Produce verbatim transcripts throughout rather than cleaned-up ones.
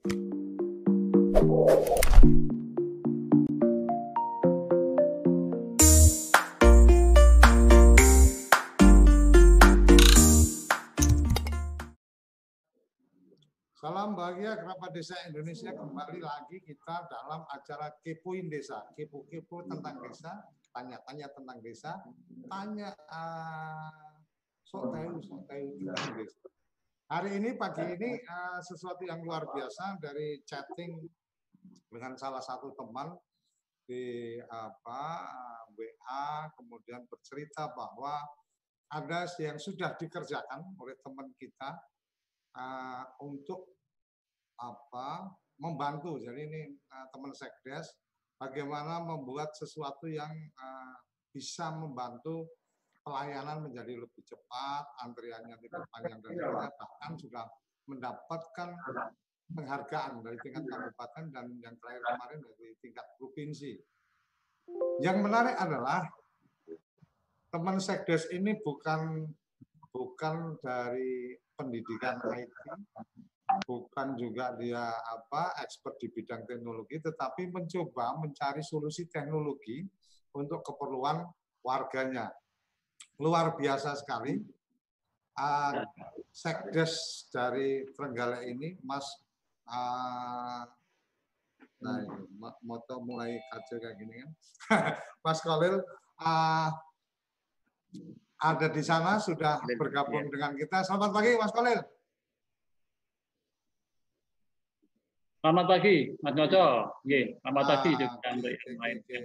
Salam bahagia kerabat desa Indonesia, kembali lagi kita dalam acara Kepoin Desa. Kepo-kepo tentang desa, tanya-tanya tentang desa, tanya uh, sok tahu, sok tahu tentang desa. Hari ini, pagi ini, uh, sesuatu yang luar biasa dari chatting dengan salah satu teman di apa W A, kemudian bercerita bahwa ada yang sudah dikerjakan oleh teman kita Uh, untuk apa membantu. Jadi ini uh, teman sekdes bagaimana membuat sesuatu yang uh, bisa membantu pelayanan menjadi lebih cepat, antriannya tidak panjang dan sebagainya, bahkan sudah mendapatkan penghargaan dari tingkat kabupaten dan yang terakhir kemarin dari tingkat provinsi. Yang menarik adalah teman sekdes ini bukan bukan dari pendidikan I T, bukan juga dia apa expert di bidang teknologi, tetapi mencoba mencari solusi teknologi untuk keperluan warganya. Luar biasa sekali. Uh, sekdes dari Trenggalek ini, Mas, uh, nah, moto mulai kacau kayak gini kan, Mas Khalil, uh, ada di sana sudah bergabung dengan kita. Selamat pagi, Mas Khalil. Selamat pagi, Mas Noco. Ye, selamat ah, pagi juga okay, untuk okay, yang lain. okay.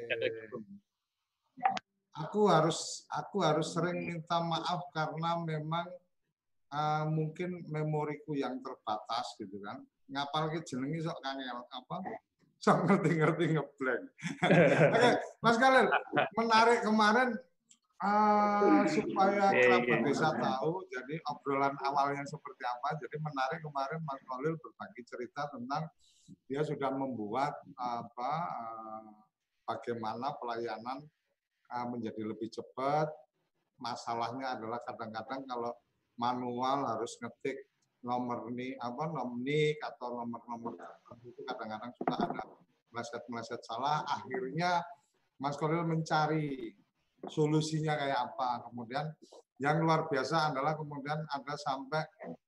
Aku harus aku harus sering minta maaf karena memang uh, mungkin memoriku yang terbatas gitu kan. Ngapal ke jenengi sok kangel apa? Sok ngerti-ngerti ngeblank. Oke, okay, Mas Khalil, menarik kemarin. Uh, supaya kerabat desa tahu, jadi obrolan awalnya seperti apa. Jadi menarik kemarin Mas Khalil berbagi cerita tentang dia sudah membuat apa uh, bagaimana pelayanan uh, menjadi lebih cepat. Masalahnya adalah kadang-kadang kalau manual harus ngetik nomor nih apa nomor nik atau nomor-nomor itu kadang-kadang suka ada meleset-meleset salah. Akhirnya Mas Khalil mencari solusinya kayak apa. Kemudian yang luar biasa adalah kemudian ada sampai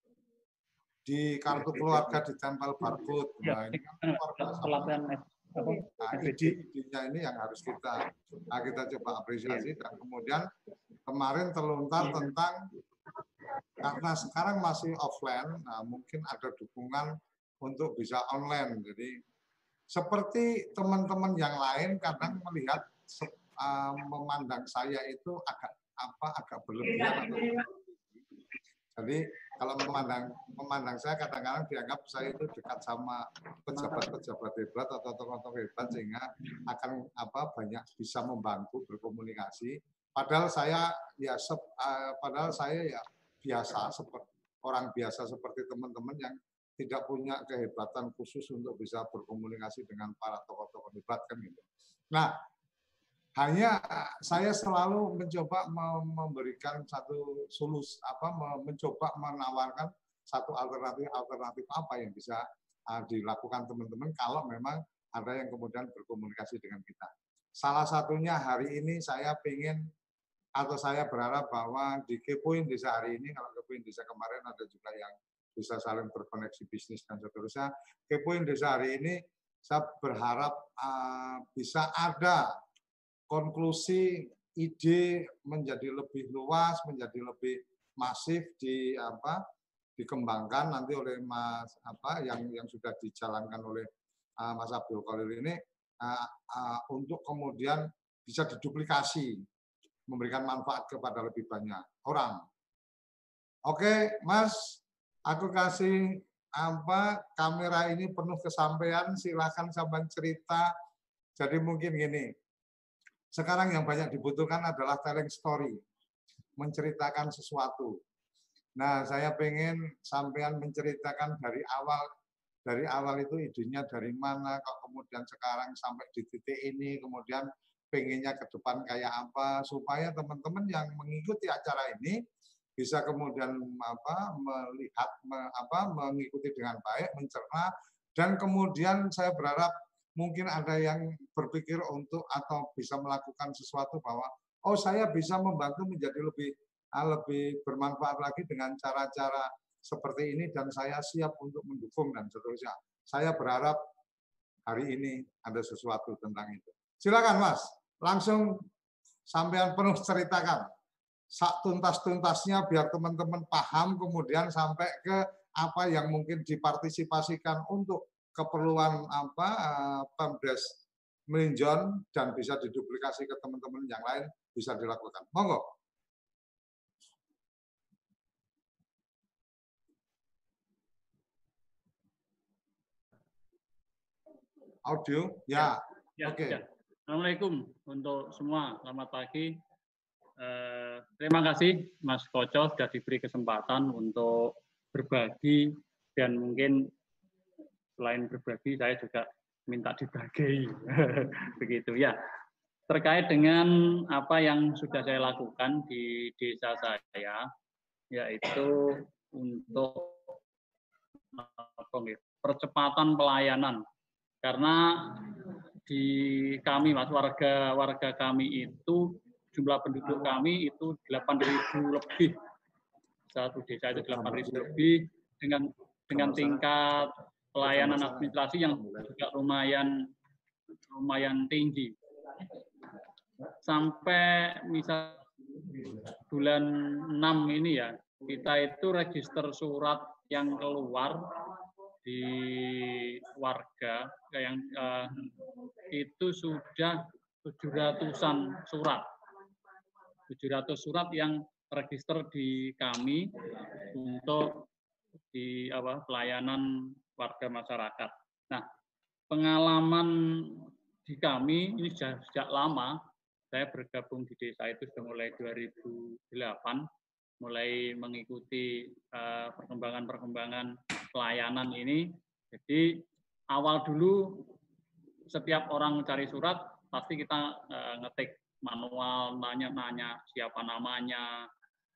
di kartu keluarga ditempel barcode. Nah, ini kan luar biasa. Nah, ide-idenya ini yang harus kita nah, kita coba apresiasi. Dan kemudian kemarin terlontar tentang karena sekarang masih offline, nah mungkin ada dukungan untuk bisa online. Jadi seperti teman-teman yang lain kadang melihat Uh, memandang saya itu agak apa agak berlebihan atau jadi kalau memandang memandang saya kadang-kadang dianggap saya itu dekat sama pejabat-pejabat hebat atau tokoh-tokoh hebat sehingga akan apa banyak bisa membantu berkomunikasi. Padahal saya ya sep, uh, padahal saya ya biasa seperti orang biasa seperti teman-teman yang tidak punya kehebatan khusus untuk bisa berkomunikasi dengan para tokoh-tokoh hebat kan gitu. Nah, hanya saya selalu mencoba memberikan satu solusi apa mencoba menawarkan satu alternatif alternatif apa yang bisa dilakukan teman-teman kalau memang ada yang kemudian berkomunikasi dengan kita. Salah satunya hari ini saya ingin atau saya berharap bahwa di Kepoin Desa hari ini, kalau Kepoin Desa kemarin ada juga yang bisa saling berkoneksi bisnis dan seterusnya. Kepoin Desa hari ini saya berharap uh, bisa ada konklusi ide menjadi lebih luas, menjadi lebih masif di apa dikembangkan nanti oleh Mas apa yang yang sudah dijalankan oleh uh, Mas Abdul Khalil ini uh, uh, untuk kemudian bisa diduplikasi, memberikan manfaat kepada lebih banyak orang. Oke, Mas, aku kasih apa kamera ini penuh kesampaian, silakan sampai cerita. Jadi mungkin gini. Sekarang yang banyak dibutuhkan adalah telling story, menceritakan sesuatu. Nah, saya pengen sampean menceritakan dari awal, dari awal itu idenya dari mana, kok kemudian sekarang sampai di titik ini, kemudian pengennya ke depan kayak apa, supaya teman-teman yang mengikuti acara ini bisa kemudian apa melihat, me, apa mengikuti dengan baik, mencerna Dan kemudian saya berharap mungkin ada yang berpikir untuk atau bisa melakukan sesuatu bahwa oh saya bisa membantu menjadi lebih lebih bermanfaat lagi dengan cara-cara seperti ini dan saya siap untuk mendukung dan seterusnya. Saya berharap hari ini ada sesuatu tentang itu. Silakan Mas, langsung sampean penuh ceritakan. Sak tuntas-tuntasnya biar teman-teman paham kemudian sampai ke apa yang mungkin dipartisipasikan untuk keperluan apa Pemdes Melinjon dan bisa diduplikasi ke teman-teman yang lain bisa dilakukan. Monggo. Audio, ya. ya, Oke. Okay. Ya. Assalamualaikum untuk semua. Selamat pagi. Eh, terima kasih Mas Koco sudah diberi kesempatan untuk berbagi dan mungkin selain berbagi saya juga minta dibagi. Begitu ya. Terkait dengan apa yang sudah saya lakukan di desa saya, yaitu untuk percepatan pelayanan. Karena di kami, Mas, warga warga kami itu jumlah penduduk kami itu delapan ribu lebih. Satu desa itu delapan ribu lebih dengan dengan tingkat pelayanan administrasi yang juga lumayan lumayan tinggi. Sampai misal bulan enam ini ya, kita itu register surat yang keluar di warga yang uh, itu sudah tujuh ratusan surat. tujuh ratus surat yang register di kami untuk di apa pelayanan warga masyarakat. Nah, pengalaman di kami ini sejak, sejak lama. Saya bergabung di desa itu sudah mulai dua ribu delapan, mulai mengikuti perkembangan-perkembangan uh, pelayanan ini. Jadi awal dulu setiap orang mencari surat pasti kita uh, ngetik manual, nanya-nanya siapa namanya,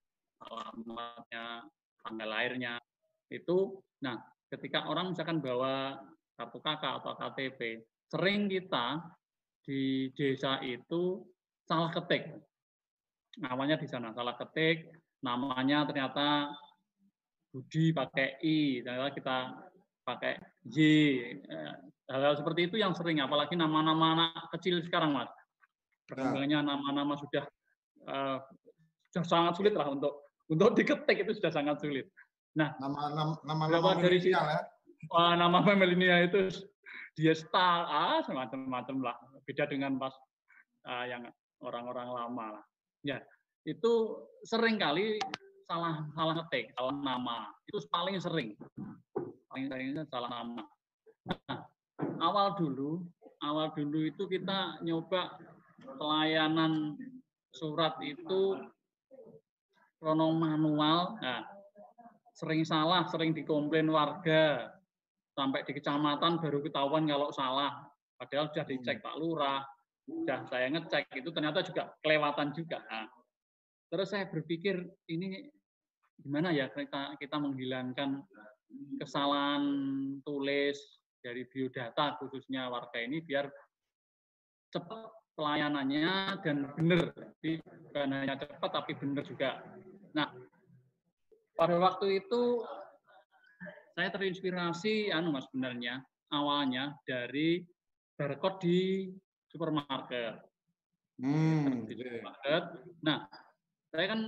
alamatnya, tanggal lahirnya itu. Nah, ketika orang misalkan bawa kartu K K atau K T P, sering kita di desa itu salah ketik. Namanya di sana salah ketik, namanya ternyata Budi pakai I, ternyata kita pakai Y. Hal-hal seperti itu yang sering, apalagi nama-nama anak kecil sekarang, Mas. Perkembangannya nama-nama sudah uh, sudah sangat sulit lah untuk untuk diketik, itu sudah sangat sulit. Nah, nama-nama dari si, ya? uh, nama milenial itu dia star, ah, semacam-macam lah. Beda dengan pas uh, yang orang-orang lama lah. Ya, itu sering kali salah salah ngetik, salah nama. Itu paling sering. Paling sering salah nama. Nah, awal dulu, awal dulu itu kita nyoba pelayanan surat itu krono manual. Nah, sering salah, sering dikomplain warga. Sampai di kecamatan baru ketahuan kalau salah. Padahal sudah dicek Pak Lurah, sudah saya ngecek, itu ternyata juga kelewatan juga. Nah, terus saya berpikir ini gimana ya kita kita menghilangkan kesalahan tulis dari biodata khususnya warga ini biar cepat pelayanannya dan benar. Jadi bukan hanya cepat tapi benar juga. Nah, pada waktu itu saya terinspirasi anu Mas sebenarnya awalnya dari barcode di supermarket. Hmm, di supermarket. Nah, saya kan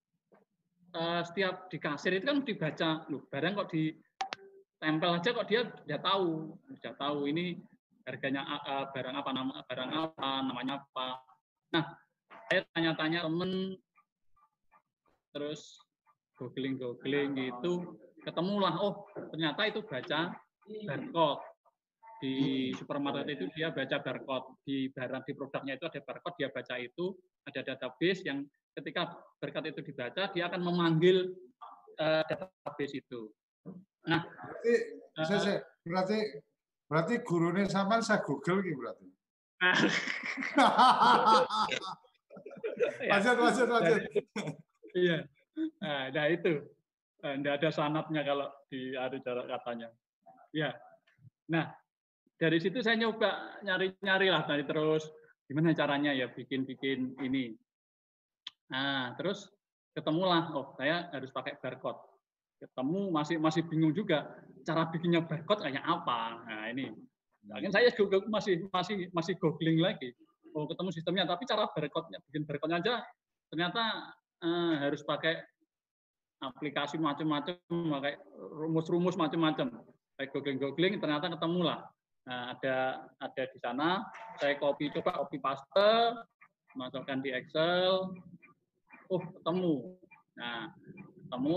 uh, setiap di kasir itu kan dibaca, loh barang kok ditempel aja kok dia sudah tahu, sudah tahu ini harganya uh, barang apa, nama barang apa, namanya apa. Nah, saya tanya-tanya temen, terus googling-googling gitu, ketemulah, oh ternyata itu baca barcode. Di supermarket itu dia baca barcode, di barang, di produknya itu ada barcode, dia baca itu, ada database yang ketika barcode itu dibaca, dia akan memanggil uh, database itu. Nah, berarti, uh, saya, saya, berarti, berarti gurunya sama saya Google gitu berarti. Lanjut, lanjut, lanjut. Iya, nah, nah itu, tidak ada sanatnya kalau di ada jarak katanya. Ya. Nah, dari situ saya nyoba nyari-nyari lah tadi terus gimana caranya ya bikin-bikin ini. Nah, terus ketemulah, oh saya harus pakai barcode. Ketemu masih masih bingung juga cara bikinnya barcode kayak apa. Nah ini, mungkin saya juga masih masih masih googling lagi. Oh ketemu sistemnya, tapi cara barcode-nya bikin barcode-nya aja ternyata eh, harus pakai aplikasi macam-macam, pakai rumus-rumus macam-macam. Saya googling-googling ternyata ketemulah. Nah, ada ada di sana, saya copy coba copy paste, masukkan di Excel. Oh, ketemu. Nah, ketemu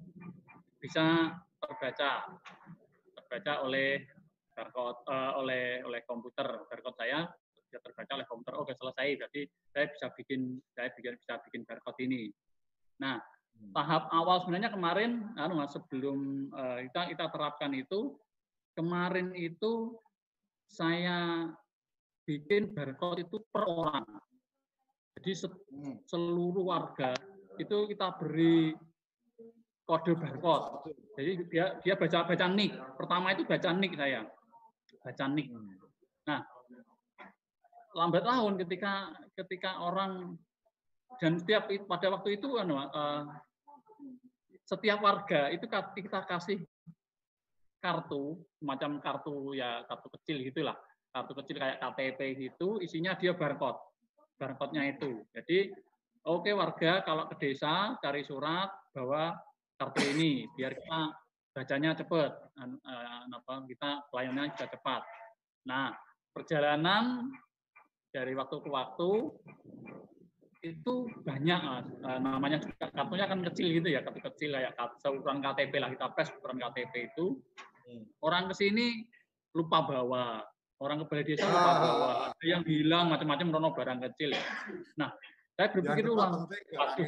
bisa terbaca. Terbaca oleh barcode uh, oleh oleh komputer. Barcode saya bisa terbaca oleh komputer. Oke, selesai. Berarti saya bisa bikin saya bisa bisa bikin barcode ini. Nah, tahap awal sebenarnya kemarin anu Mas, sebelum uh, kita kita terapkan itu kemarin itu saya bikin barcode itu per orang. Jadi seluruh warga itu kita beri kode barcode. Jadi dia dia baca baca nick. Pertama itu baca nick saya. Baca nick. Nah, lambat laun ketika ketika orang dan setiap pada waktu itu anu uh, setiap warga itu kita kasih kartu, semacam kartu ya kartu kecil gitulah. Kartu kecil kayak K T P gitu, isinya dia barcode. Barcode-nya itu. Jadi oke okay, warga kalau ke desa cari surat bawa kartu ini biar kita bacanya cepat, apa kita pelayanannya juga cepat. Nah perjalanan dari waktu ke waktu itu banyak, namanya juga kartunya kan kecil gitu ya, kartu kecil kayak seukuran K T P lah, kita press ukuran K T P itu orang kesini lupa bawa. Orang ke balai desa lupa bawa, ada yang hilang macam-macam rono barang kecil. Nah, saya berpikir ulang, waduh,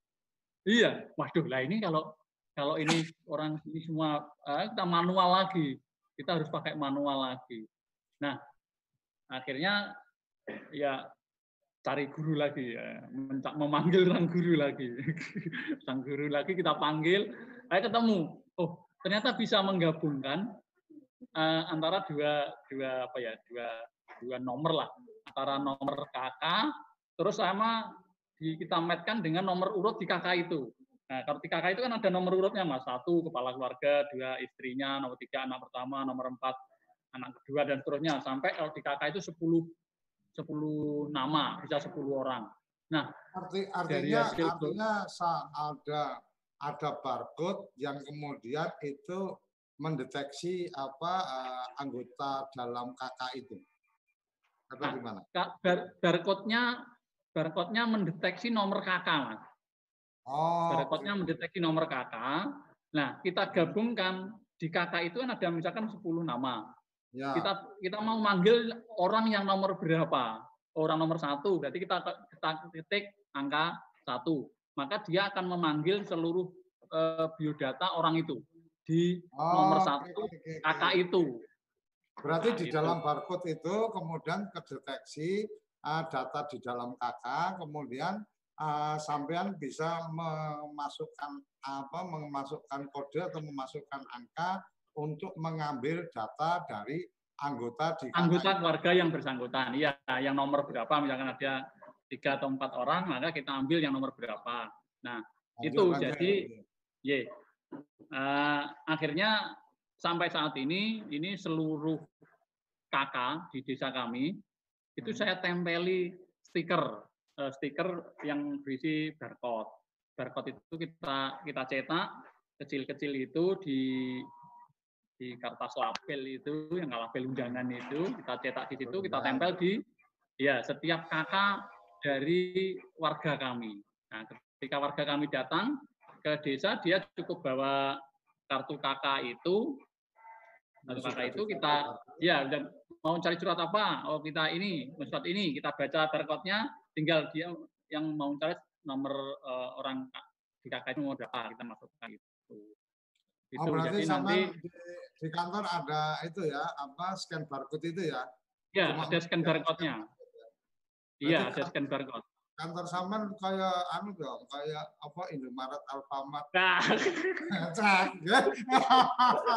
iya, waduh, lah ini kalau kalau ini orang ini semua eh, kita manual lagi, kita harus pakai manual lagi. Nah, akhirnya ya cari guru lagi, ya. Memanggil sang guru lagi, sang guru lagi kita panggil, saya ketemu, oh ternyata bisa menggabungkan Uh, antara dua dua apa ya dua dua nomor lah antara nomor K K terus sama di, kita matchkan dengan nomor urut di K K itu. Nah kalau di K K itu kan ada nomor urutnya mas, satu kepala keluarga, dua istrinya, nomor tiga anak pertama, nomor empat anak kedua dan seterusnya sampai kalau di K K itu sepuluh sepuluh nama bisa sepuluh orang. Nah Arti, artinya artinya ada ada barcode yang kemudian itu mendeteksi apa uh, anggota dalam K K itu atau nah, gimana? Bar, barcode-nya barcode-nya mendeteksi nomor K K mas. Oh. Barcode-nya mendeteksi nomor K K. Nah kita gabungkan di K K itu kan ada misalkan sepuluh nama. Ya. Kita kita mau manggil orang yang nomor berapa? Orang nomor satu. Berarti kita kita ketik angka satu. Maka dia akan memanggil seluruh uh, biodata orang itu di oh, nomor satu okay, okay, K K itu. Berarti nah, di itu. Dalam barcode itu kemudian kedeteksi uh, data di dalam K K, kemudian uh, sampean bisa memasukkan apa, memasukkan kode atau memasukkan angka untuk mengambil data dari anggota di K K. Anggota keluarga yang bersangkutan, iya, yang nomor berapa, misalkan ada tiga atau empat orang, maka kita ambil yang nomor berapa. Nah, lanjut, itu lanjut, jadi, ya. Yeah. Uh, akhirnya sampai saat ini ini seluruh K K di desa kami itu saya tempeli stiker uh, stiker yang berisi barcode. Barcode itu kita kita cetak kecil-kecil itu di di kertas label itu yang label undangan itu kita cetak di situ, kita tempel di ya setiap K K dari warga kami. Nah, ketika warga kami datang ke desa, dia cukup bawa kartu K K itu, kartu K K itu kita, ya udah mau cari surat apa, oh kita ini, surat ini, kita baca barcode-nya, tinggal dia yang mau cari nomor uh, orang di K K itu mau berapa, kita masukkan itu. Itu oh, berarti jadi nanti di, di kantor ada itu ya, apa scan barcode itu ya? Ya, ada scan barcode-nya. Iya, ada scan barcode. Kantor Saman kayak anu dong, kayak apa Indomaret, Alfamart. Nah.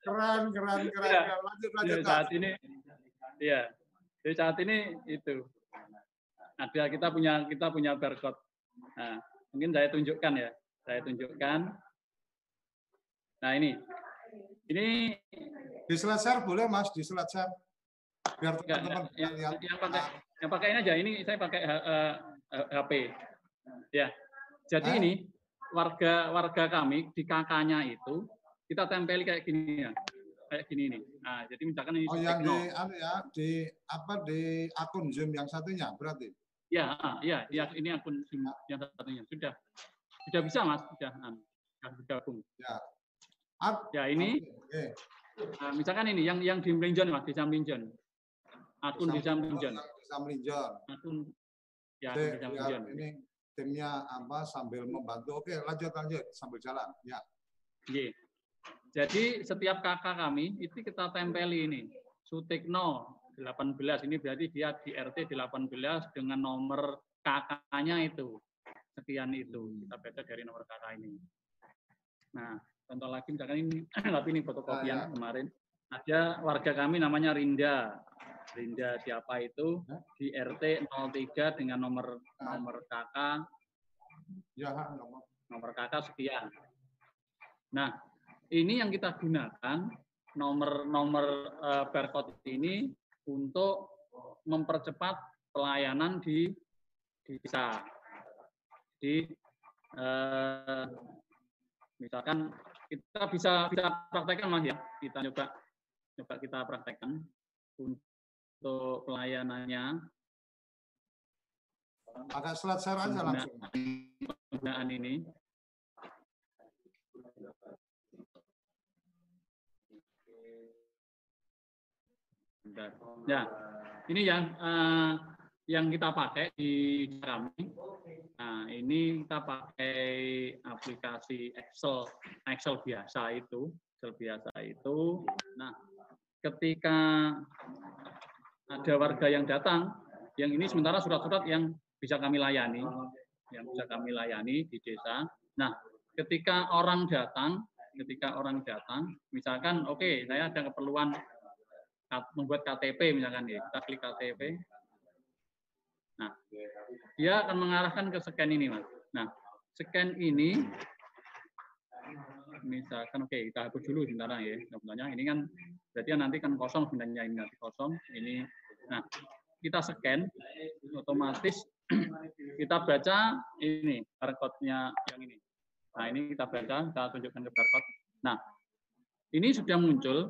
Keren, keren, keren. Ya, keren. Lanjut, lanjut. ya, saat ini, ya, jadi saat ini itu ada kita punya kita punya barcode. Nah, mungkin saya tunjukkan ya, saya tunjukkan. Nah ini, ini di slide share boleh Mas, di slide share biar teman-teman yang, lihat. Yang pakai, yang pakai ini aja. Ini saya pakai uh, H P. Ya, jadi eh? ini warga warga kami di K K-nya itu kita tempeli kayak gini ya, kayak gini nih. Nah, jadi misalkan ini. Oh yang di, anu ya, di apa di akun Zoom yang satunya berarti? Ya, ya, ya, ini akun Zoom yang satunya sudah, sudah bisa Mas, sudah, sudah bergabung. Ya. Ya ini, okay. Nah, misalkan ini yang yang di Mlinjon Mas, di samping John. Akun di samping John. Di samping John. Akun, ya di samping John. Ini timnya apa sambil membantu. Oke, lanjut lanjut sambil jalan. Ya. Ye. Jadi setiap kakak kami itu kita tempeli ini Sutikno delapan belas, ini berarti dia di R T delapan belas dengan nomor kakaknya itu sekian itu, kita baca dari nomor kakak ini. Nah, contoh lagi misalkan ini, tapi ini fotokopian ah, ya. Kemarin ada warga kami namanya Rinda. Rinda siapa itu di R T nol tiga dengan nomor nomor kakak ya, nomor. nomor kakak sekian. Nah, ini yang kita gunakan nomor-nomor uh, barcode ini untuk mempercepat pelayanan di di desa. Di uh, misalkan kita bisa bisa praktekkan Mas ya. Kita coba coba kita praktekkan untuk pelayanannya. Agak slide share aja langsung. Penggunaan ini. Ya, ini yang uh, yang kita pakai di kami. Nah, ini kita pakai aplikasi Excel, Excel biasa itu, Excel biasa itu. Nah, ketika ada warga yang datang, yang ini sementara surat-surat yang bisa kami layani, yang bisa kami layani di desa. Nah, ketika orang datang, ketika orang datang, misalkan, oke, okay, saya ada keperluan membuat K T P misalkan ya, kita klik K T P. Nah, dia akan mengarahkan ke scan ini, Mas. Nah, scan ini, misalkan, oke, okay, kita hapus dulu sebentar ya. Sebenarnya ini kan berarti nanti kan kosong sebenarnya, ini nanti kosong. Ini, nah, kita scan, otomatis kita baca ini barcode-nya yang ini. Nah, ini kita baca, kita tunjukkan ke barcode. Nah, ini sudah muncul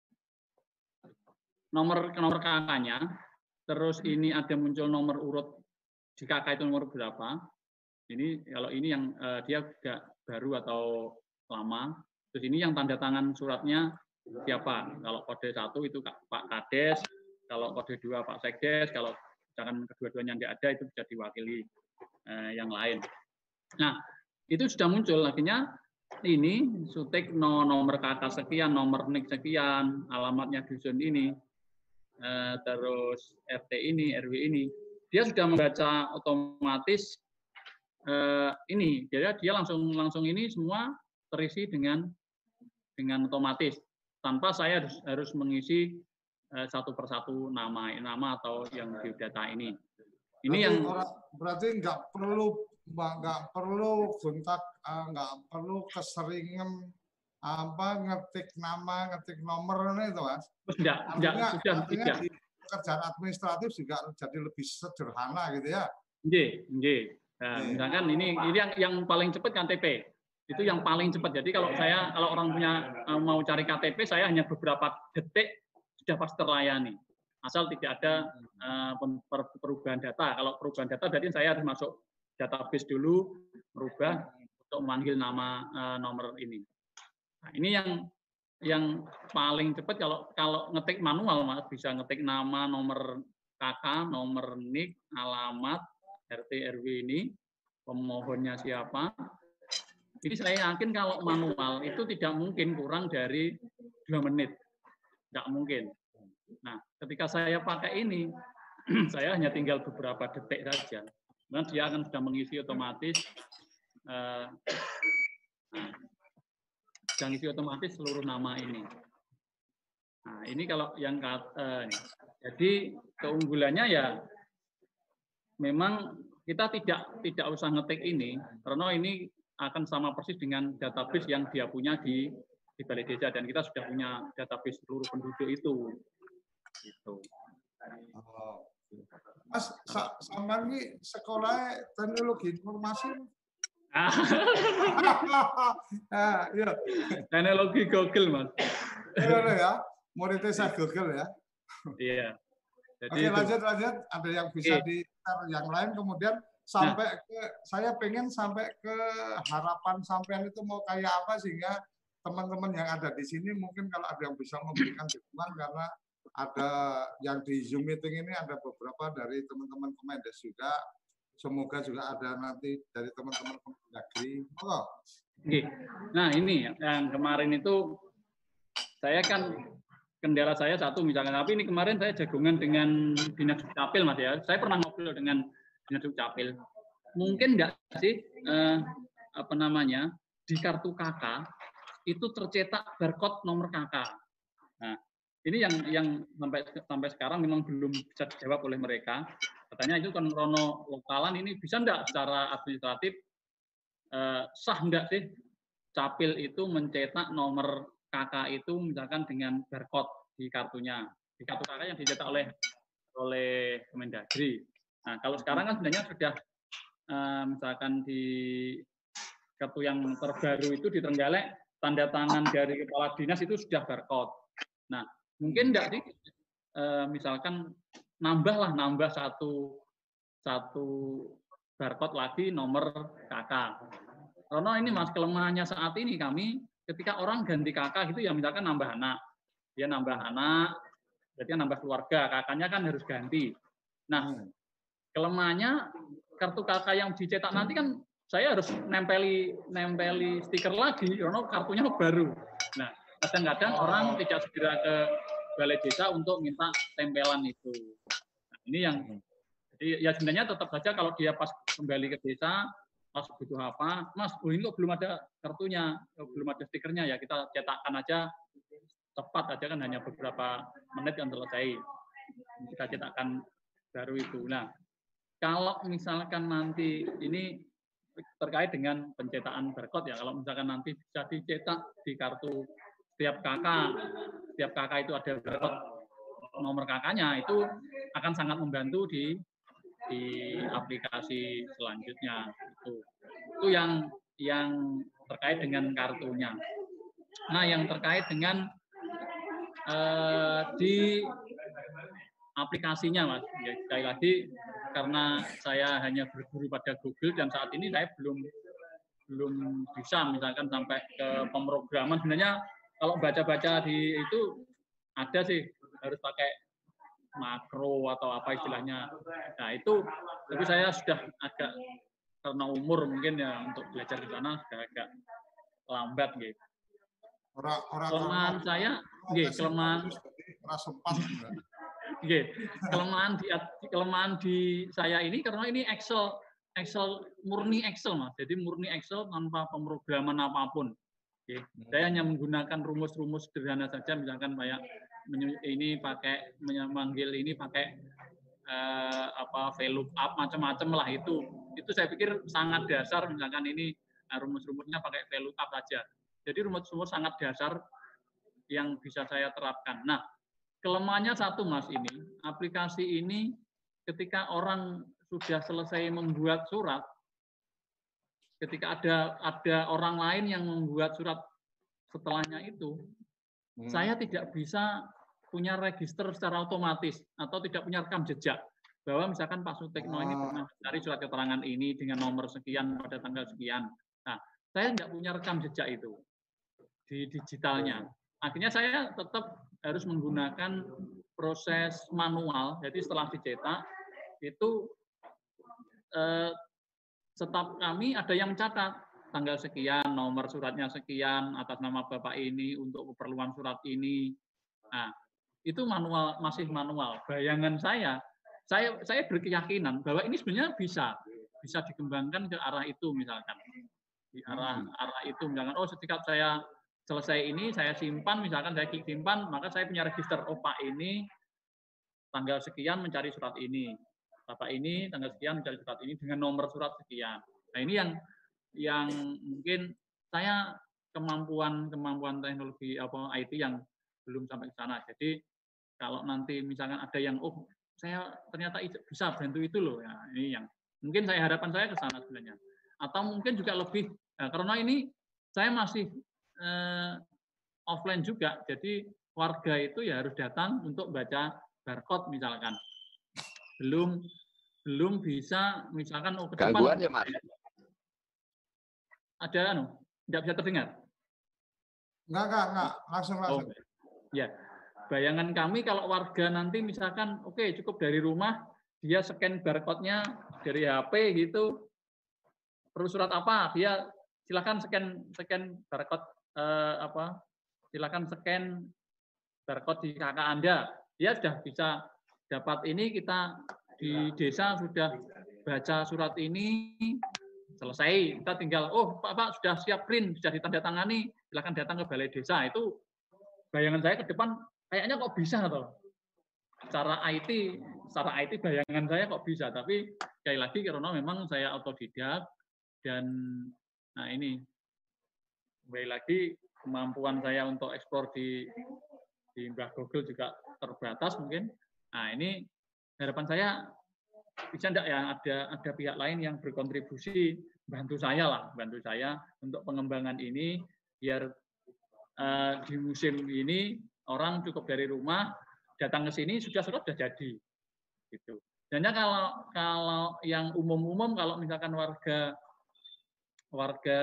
nomor nomor kakaknya, terus ini ada muncul nomor urut di kakak itu nomor berapa. Ini kalau ini yang uh, dia juga baru atau lama. Terus ini yang tanda tangan suratnya siapa. Kalau kode satu itu Pak Kades, kalau kode dua Pak Sekdes, kalau misalkan kedua-duanya tidak ada itu bisa diwakili uh, yang lain. Nah, itu sudah muncul akhirnya ini Sutikno nomor kakak sekian, nomor nik sekian, alamatnya dusun ini. Uh, terus R T ini, R W ini, dia sudah membaca otomatis uh, ini, jadi dia langsung langsung ini semua terisi dengan dengan otomatis tanpa saya harus, harus mengisi uh, satu persatu nama nama atau yang biodata ini. Ini berarti yang orang, berarti nggak perlu nggak perlu gontak, nggak uh, perlu keseringan apa ngetik nama, ngetik nomor itu, Mas. Sudah, artinya, sudah, artinya sudah. Di pekerjaan administratif juga jadi lebih sederhana gitu ya. Nggih, nggih. Nah, misalkan ini ini yang yang paling cepat K T P. Itu yang paling cepat. Jadi kalau saya kalau orang punya mau cari K T P, saya hanya beberapa detik sudah pasti terlayani. Asal tidak ada uh, perubahan data. Kalau perubahan data berarti saya harus masuk database dulu, merubah untuk memanggil nama uh, nomor ini. Nah, ini yang yang paling cepat kalau kalau ngetik manual Mas, bisa ngetik nama, nomor kakak, nomor nik, alamat, R T R W ini, pemohonnya siapa. Jadi saya yakin kalau manual itu tidak mungkin kurang dari dua menit. Tidak mungkin. Nah, ketika saya pakai ini, saya hanya tinggal beberapa detik saja. Nah, dia akan sudah mengisi otomatis uh, dan isi otomatis seluruh nama ini. Nah, ini kalau yang uh, jadi keunggulannya ya memang kita tidak tidak usah ngetik ini karena ini akan sama persis dengan database yang dia punya di di balai desa dan kita sudah punya database seluruh penduduk itu. Gitu. Oh. Mas, sama ini sekolah teknologi informasi. Ah, ya. Teknologi Google, Mas. Iya ya, monetisasi Google ya. Iya. Jadi Oke, itu. lanjut lanjut. Ada yang bisa di yang lain kemudian sampai nah. ke saya pengen sampai ke harapan sampean itu mau kayak apa sehingga teman-teman yang ada di sini mungkin kalau ada yang bisa memberikan dukungan karena ada yang di Zoom meeting ini ada beberapa dari teman-teman Kemendes juga. Semoga juga ada nanti dari teman-teman Kemendagri. Oh. Nah ini yang kemarin itu saya kan kendala saya satu misalnya, tapi ini kemarin saya jagungan dengan Dinas Dukcapil Mas ya. Saya pernah ngobrol dengan Dinas Dukcapil. Mungkin enggak sih eh, apa namanya di kartu K K itu tercetak barcode nomor K K. Nah, ini yang yang sampai sampai sekarang memang belum bisa dijawab oleh mereka. Katanya itu kan rono lokalan ini bisa enggak secara administratif eh, sah enggak sih Capil itu mencetak nomor K K itu misalkan dengan barcode di kartunya, di kartu K K yang dicetak oleh oleh Kemendagri. Nah, kalau sekarang kan sebenarnya sudah uh, misalkan di kartu yang terbaru itu di Trenggalek tanda tangan dari kepala dinas itu sudah barcode. Nah, mungkin enggak sih uh, misalkan nambahlah nambah satu satu barcode lagi nomor K K. Karena ini Mas kelemahannya saat ini kami ketika orang ganti K K gitu ya misalkan nambah anak, dia nambah anak, berarti nambah keluarga, kakaknya kan harus ganti. Nah, kelemahannya kartu K K yang dicetak nanti kan saya harus nempeli nempeli stiker lagi, karena kartunya baru. Nah, kadang-kadang orang tidak segera ke balai desa untuk minta tempelan itu. Nah, ini yang jadi ya sebenarnya tetap saja kalau dia pas kembali ke desa Mas butuh apa, Mas, oh ini kok belum ada kartunya, oh, belum ada stikernya ya kita cetakkan aja cepat aja kan hanya beberapa menit kan selesai. Kita cetakkan baru itu. Nah, kalau misalkan nanti ini terkait dengan pencetakan barcode ya, kalau misalkan nanti bisa dicetak di kartu setiap K K, setiap K K itu ada barcode nomor K K-nya itu akan sangat membantu di di aplikasi selanjutnya itu itu yang yang terkait dengan kartunya. Nah, yang terkait dengan eh, di aplikasinya Mas, ya, sekali lagi karena saya hanya berguru pada Google dan saat ini saya belum belum bisa misalkan sampai ke pemrograman. Sebenarnya kalau baca-baca di itu ada sih harus pakai makro atau apa istilahnya. Nah itu, tapi saya sudah agak karena umur mungkin ya untuk belajar di sana sudah agak lambat gitu. Orang, orang kelemahan saya, gitu, kelemahan, gitu, kelemahan di kelemahan di saya ini karena ini Excel, Excel murni Excel Mas, jadi murni Excel tanpa pemrograman apapun. Gitu. Saya hanya menggunakan rumus-rumus sederhana saja, misalkan kayak ini pakai memanggil ini pakai uh, apa VLOOKUP macam-macam lah itu itu saya pikir sangat dasar misalkan ini rumus-rumusnya pakai VLOOKUP saja jadi rumus-rumus sangat dasar yang bisa saya terapkan. Nah kelemahannya satu Mas ini aplikasi ini ketika orang sudah selesai membuat surat ketika ada ada orang lain yang membuat surat setelahnya itu hmm. saya tidak bisa punya register secara otomatis atau tidak punya rekam jejak bahwa misalkan Pak Sutekno ini pernah mencari surat keterangan ini dengan nomor sekian pada tanggal sekian. Nah, saya tidak punya rekam jejak itu di digitalnya. Akhirnya saya tetap harus menggunakan proses manual. Jadi setelah dicetak itu eh, staf kami ada yang mencatat tanggal sekian, nomor suratnya sekian, atas nama Bapak ini untuk keperluan surat ini. Nah, itu manual, masih manual. Bayangan saya, saya saya berkeyakinan bahwa ini sebenarnya bisa bisa dikembangkan ke arah itu misalkan. Di arah arah itu misalkan oh ketika saya selesai ini saya simpan, misalkan saya klik simpan, maka saya punya register, oh Pak ini tanggal sekian mencari surat ini, Bapak ini tanggal sekian mencari surat ini dengan nomor surat sekian. Nah ini yang yang mungkin saya kemampuan kemampuan teknologi apa I T yang belum sampai ke sana. Jadi kalau nanti misalkan ada yang oh saya ternyata bisa bantu itu loh, ya ini yang mungkin saya harapan saya ke sana sebenarnya. Atau mungkin juga lebih nah, karena ini saya masih eh, offline juga, jadi warga itu ya harus datang untuk baca barcode misalkan. Belum belum bisa misalkan oh ke depan gangguan ya Mas? Ada anu, tidak bisa terdengar? Enggak, enggak, enggak, langsung langsung. Oh, ya. Bayangan kami kalau warga nanti misalkan oke okay, cukup dari rumah dia scan barcode-nya dari H P gitu. Perlu surat apa? Dia silakan scan scan barcode eh, apa? Silakan scan barcode di K K Anda. Dia sudah bisa dapat ini, kita di desa sudah baca surat ini selesai. Kita tinggal oh Pak Pak sudah siap print, sudah ditandatangani, silakan datang ke balai desa. Itu bayangan saya ke depan kayaknya kok bisa toh. Secara I T, secara I T bayangan saya kok bisa, tapi sekali lagi karena memang saya otodidak. Dan nah ini kembali lagi kemampuan saya untuk ekspor di di Mbah Google juga terbatas mungkin. Nah ini harapan saya bisa enggak ya ada ada pihak lain yang berkontribusi bantu saya lah, bantu saya untuk pengembangan ini biar uh, di musim ini orang cukup dari rumah datang ke sini sudah sudah sudah jadi gitu. Dan kalau kalau yang umum-umum kalau misalkan warga warga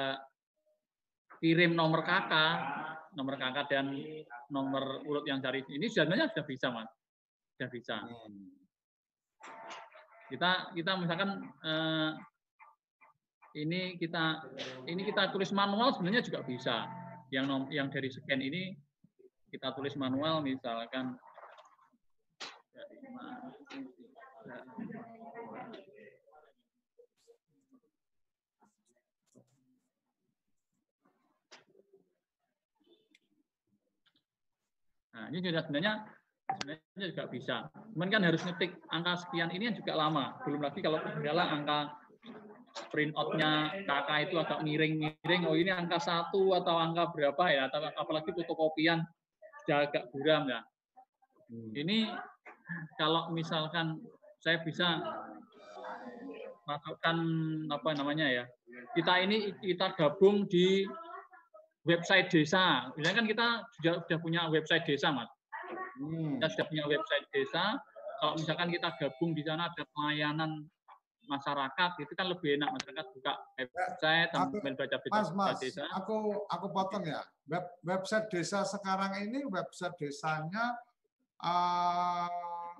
kirim nomor K K, nomor K K dan nomor urut yang cari ini sebenarnya sudah bisa, Mas. Sudah bisa. Kita kita misalkan eh, ini kita ini kita tulis manual sebenarnya juga bisa. Yang nom, yang dari scan ini kita tulis manual misalkan dari Nah, ini juga sebenarnya sebenarnya juga bisa. Cuman kan harus ngetik angka sekian ini juga lama. Belum lagi kalau kendala angka print out-nya K K itu agak miring-miring. Oh ini angka satu atau angka berapa ya? Atau apalagi fotokopian sudah agak buram ya. Ini kalau misalkan saya bisa masukkan apa namanya ya? Kita ini kita gabung di website desa, misalnya kan kita sudah sudah punya website desa, Mas. Hmm. Kita sudah punya website desa. Kalau misalkan kita gabung di sana ada pelayanan masyarakat, itu kan lebih enak masyarakat buka website, sambil baca berita desa. Aku aku potong ya. Web, website desa sekarang ini website desanya uh,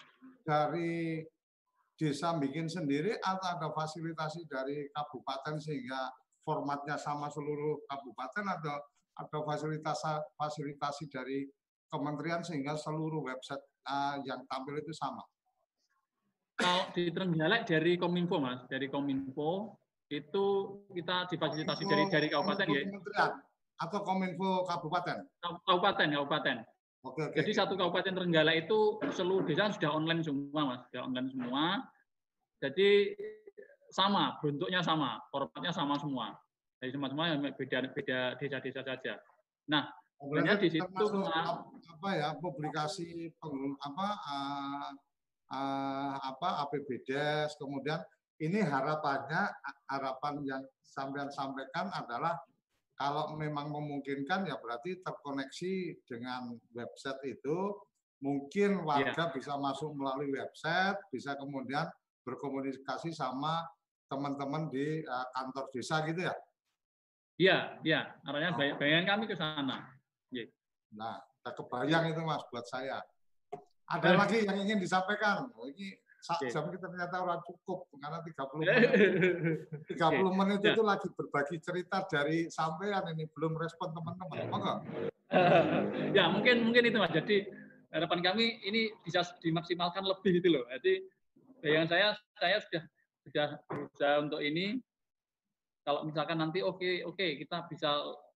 dari desa bikin sendiri atau ada fasilitasi dari kabupaten sehingga formatnya sama seluruh kabupaten atau ada fasilitas fasilitasi dari kementerian sehingga seluruh website uh, yang tampil itu sama. Kalau di Trenggalek dari Kominfo, Mas, dari Kominfo itu kita difasilitasi dari dari kabupaten ya. Kementerian atau Kominfo kabupaten? Kabupaten, kabupaten. Oke, oke. Jadi satu kabupaten Trenggalek itu seluruh desa sudah online semua, Mas, sudah online semua. Jadi sama, bentuknya sama, formatnya sama semua. Jadi semua-semua beda beda desa-desa saja. Nah, sebenarnya di situ apa ya publikasi pengguna apa uh, uh, apa A P B D E S, kemudian ini harapannya harapan yang sampean sampaikan adalah kalau memang memungkinkan ya berarti terkoneksi dengan website itu, mungkin warga ya. Bisa masuk melalui website, bisa kemudian berkomunikasi sama teman-teman di uh, kantor desa gitu ya? Iya, iya. Artinya oh. bayangan kami ke sana. Yeah. Nah, kebayang itu Mas buat saya. Ada lagi yang ingin disampaikan? Oh, ini yeah. jam kita ternyata orang cukup karena tiga puluh menit. tiga puluh menit yeah. itu yeah. lagi berbagi cerita dari sampean ini belum respon teman-teman. Monggo. Ya, mungkin mungkin itu Mas. Jadi harapan kami ini bisa dimaksimalkan lebih gitu loh. Jadi bayangan saya saya sudah sudah berusaha untuk ini. Kalau misalkan nanti oke okay, oke okay, kita bisa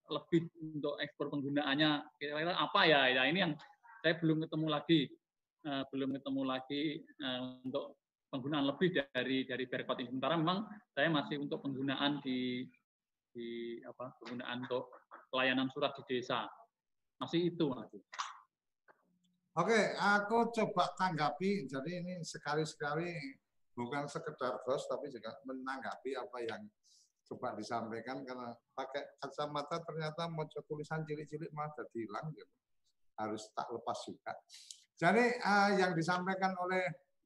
lebih untuk ekspor penggunaannya kira-kira apa ya? Ya ini yang saya belum ketemu lagi, uh, belum ketemu lagi uh, untuk penggunaan lebih dari dari barcode ini. Sementara memang saya masih untuk penggunaan di di apa? Penggunaan untuk pelayanan surat di desa masih itu masih. Oke, aku coba tanggapi. Jadi ini sekali-sekali bukan sekedar host, tapi juga menanggapi apa yang coba disampaikan. Karena pakai kacamata ternyata mau tulisan cilik-cilik malah jadi hilang. Gitu. Harus tak lepas juga. Jadi uh, yang disampaikan oleh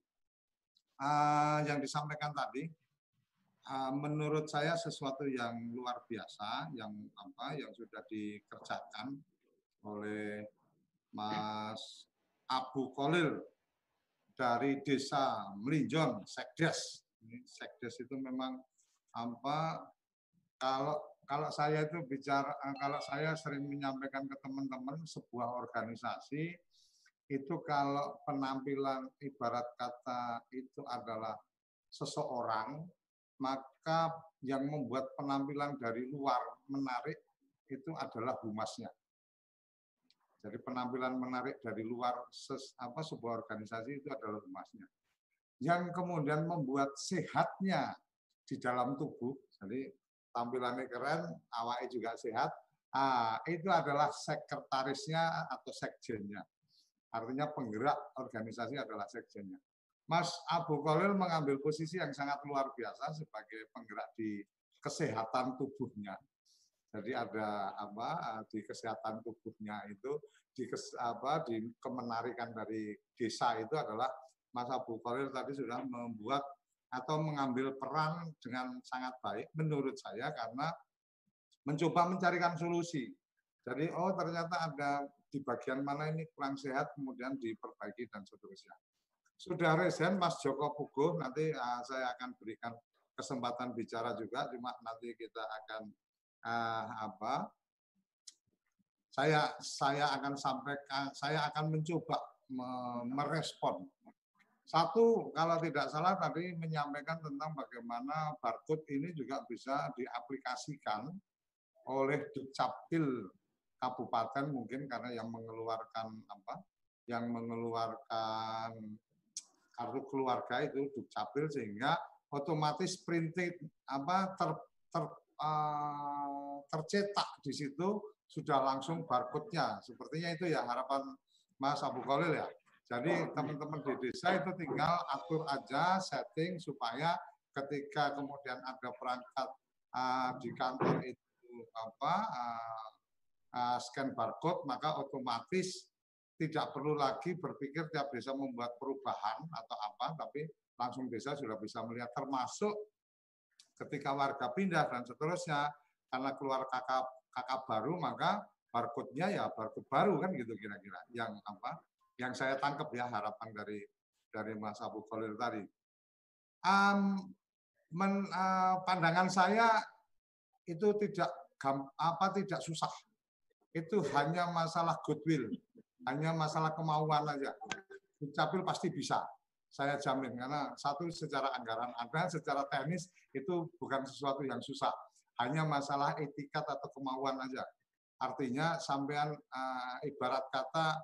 uh, yang disampaikan tadi, uh, menurut saya sesuatu yang luar biasa, yang apa, yang sudah dikerjakan oleh Mas Abu Kholil dari Desa Melinjon, Sekdes. Sekdes itu memang apa? Kalau kalau saya itu bicara, kalau saya sering menyampaikan ke teman-teman sebuah organisasi itu kalau penampilan ibarat kata itu adalah seseorang, maka yang membuat penampilan dari luar menarik itu adalah humasnya. Jadi penampilan menarik dari luar ses, apa, sebuah organisasi itu adalah humasnya. Yang kemudian membuat sehatnya di dalam tubuh, jadi tampilannya keren, awalnya juga sehat, ah, itu adalah sekretarisnya atau sekjennya. Artinya penggerak organisasi adalah sekjennya. Mas Abu Kholil mengambil posisi yang sangat luar biasa sebagai penggerak di kesehatan tubuhnya. Jadi ada apa di kesehatan tubuhnya itu di kes, apa di kemenarikan dari desa itu adalah Mas Abu Kholil tadi sudah membuat atau mengambil peran dengan sangat baik menurut saya karena mencoba mencarikan solusi. Jadi oh ternyata ada di bagian mana ini kurang sehat kemudian diperbaiki dan seterusnya. Sudah resen Mas Joko Puguh, nanti uh, saya akan berikan kesempatan bicara juga, cuma nanti kita akan uh, apa? Saya saya akan sampaikan, saya akan mencoba me merespon. Satu, kalau tidak salah tadi menyampaikan tentang bagaimana barcode ini juga bisa diaplikasikan oleh Dukcapil Kabupaten mungkin karena yang mengeluarkan apa? Yang mengeluarkan kartu keluarga itu Dukcapil sehingga otomatis printed apa ter, ter, uh, tercetak di situ sudah langsung barcode-nya. Sepertinya itu ya harapan Mas Abu Kholil ya. Jadi teman-teman di desa itu tinggal atur aja setting supaya ketika kemudian ada perangkat uh, di kantor itu apa uh, uh, scan barcode maka otomatis tidak perlu lagi berpikir tiap desa membuat perubahan atau apa, tapi langsung desa sudah bisa melihat termasuk ketika warga pindah dan seterusnya karena keluar kakak kakak baru maka barcode-nya ya barcode baru kan gitu kira-kira yang apa yang saya tangkap ya harapan dari dari Mas Abu Kholil tadi. Um, men, uh, pandangan saya itu tidak apa tidak susah. Itu hanya masalah goodwill, hanya masalah kemauan aja. Dukcapil pasti bisa. Saya jamin karena satu secara anggaran ada, secara teknis itu bukan sesuatu yang susah. Hanya masalah etikat atau kemauan aja. Artinya sampean uh, ibarat kata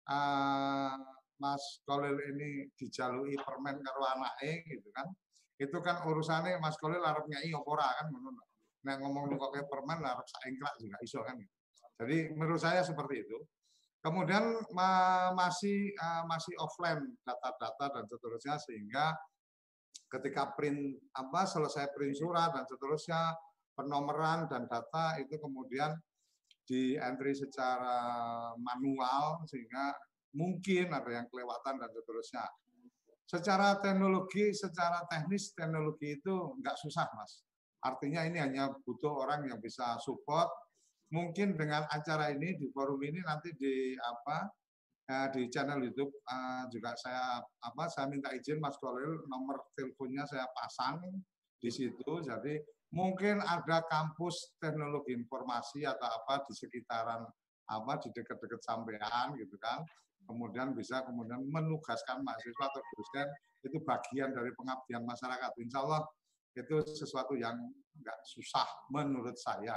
uh, Mas Kholil ini dijalui permen karo anake gitu kan. Itu kan urusannya Mas Kholil arep nyai opora kan ngono. Nek ngomong kok kayak permen arep saengklak juga iso kan. Jadi menurut saya seperti itu. Kemudian uh, masih uh, masih offline data-data dan seterusnya sehingga ketika print apa selesai print surat dan seterusnya penomoran dan data itu kemudian di entry secara manual sehingga mungkin ada yang kelewatan dan seterusnya. Secara teknologi, secara teknis teknologi itu nggak susah mas. Artinya ini hanya butuh orang yang bisa support. Mungkin dengan acara ini di forum ini nanti di apa di channel YouTube juga saya apa saya minta izin Mas Kholil nomor teleponnya saya pasang di situ. Jadi mungkin ada kampus teknologi informasi atau apa di sekitaran apa di dekat-dekat sampean gitu kan. Kemudian bisa kemudian menugaskan mahasiswa atau dosen itu bagian dari pengabdian masyarakat. Insya Allah itu sesuatu yang nggak susah menurut saya.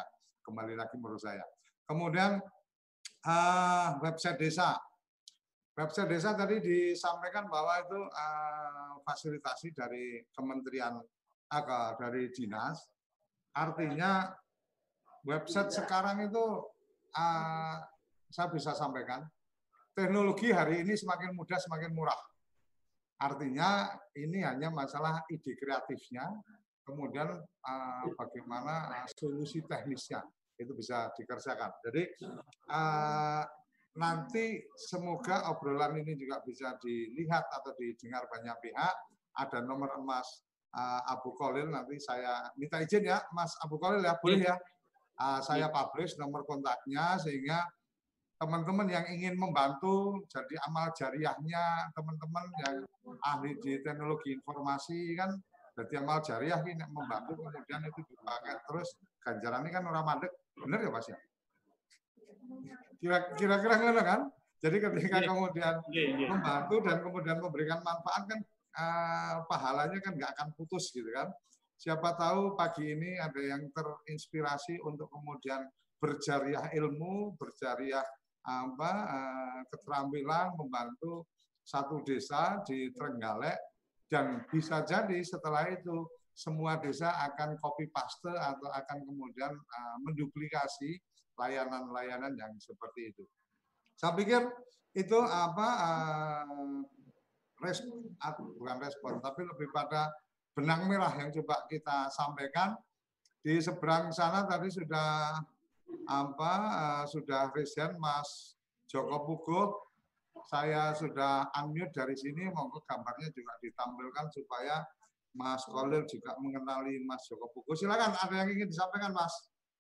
kembali lagi menurut saya. Kemudian uh, website desa. Website desa tadi disampaikan bahwa itu uh, fasilitasi dari kementerian uh, dari dinas. Artinya website sekarang itu uh, saya bisa sampaikan teknologi hari ini semakin mudah semakin murah. Artinya ini hanya masalah ide kreatifnya, kemudian uh, bagaimana uh, solusi teknisnya itu bisa dikerjakan. Jadi uh, nanti semoga obrolan ini juga bisa dilihat atau didengar banyak pihak. Ada nomor emas uh, Abu Kholil, nanti saya minta izin ya Mas Abu Kholil ya, boleh ya? Uh, saya publish nomor kontaknya sehingga teman-teman yang ingin membantu jadi amal jariahnya teman-teman yang ahli di teknologi informasi kan jadi amal jariah ini membantu kemudian itu dipakai terus ganjaran ini kan orang mandek, benar ya Mas ya? Kira-kira ngono kan? Jadi ketika kemudian membantu dan kemudian memberikan manfaat kan eh, pahalanya kan nggak akan putus gitu kan? Siapa tahu pagi ini ada yang terinspirasi untuk kemudian berjariah ilmu, berjariah apa keterampilan membantu satu desa di Trenggalek dan bisa jadi setelah itu semua desa akan copy paste atau akan kemudian uh, menduplikasi layanan-layanan yang seperti itu. Saya pikir itu apa uh, respon, bukan respon tapi lebih pada benang merah yang coba kita sampaikan. Di seberang sana tadi sudah apa uh, sudah present Mas Joko Puguh, saya sudah unmute dari sini, monggo gambarnya juga ditampilkan supaya Mas Kholil juga mengenali Mas Joko Puguh. Silakan, ada yang ingin disampaikan Mas?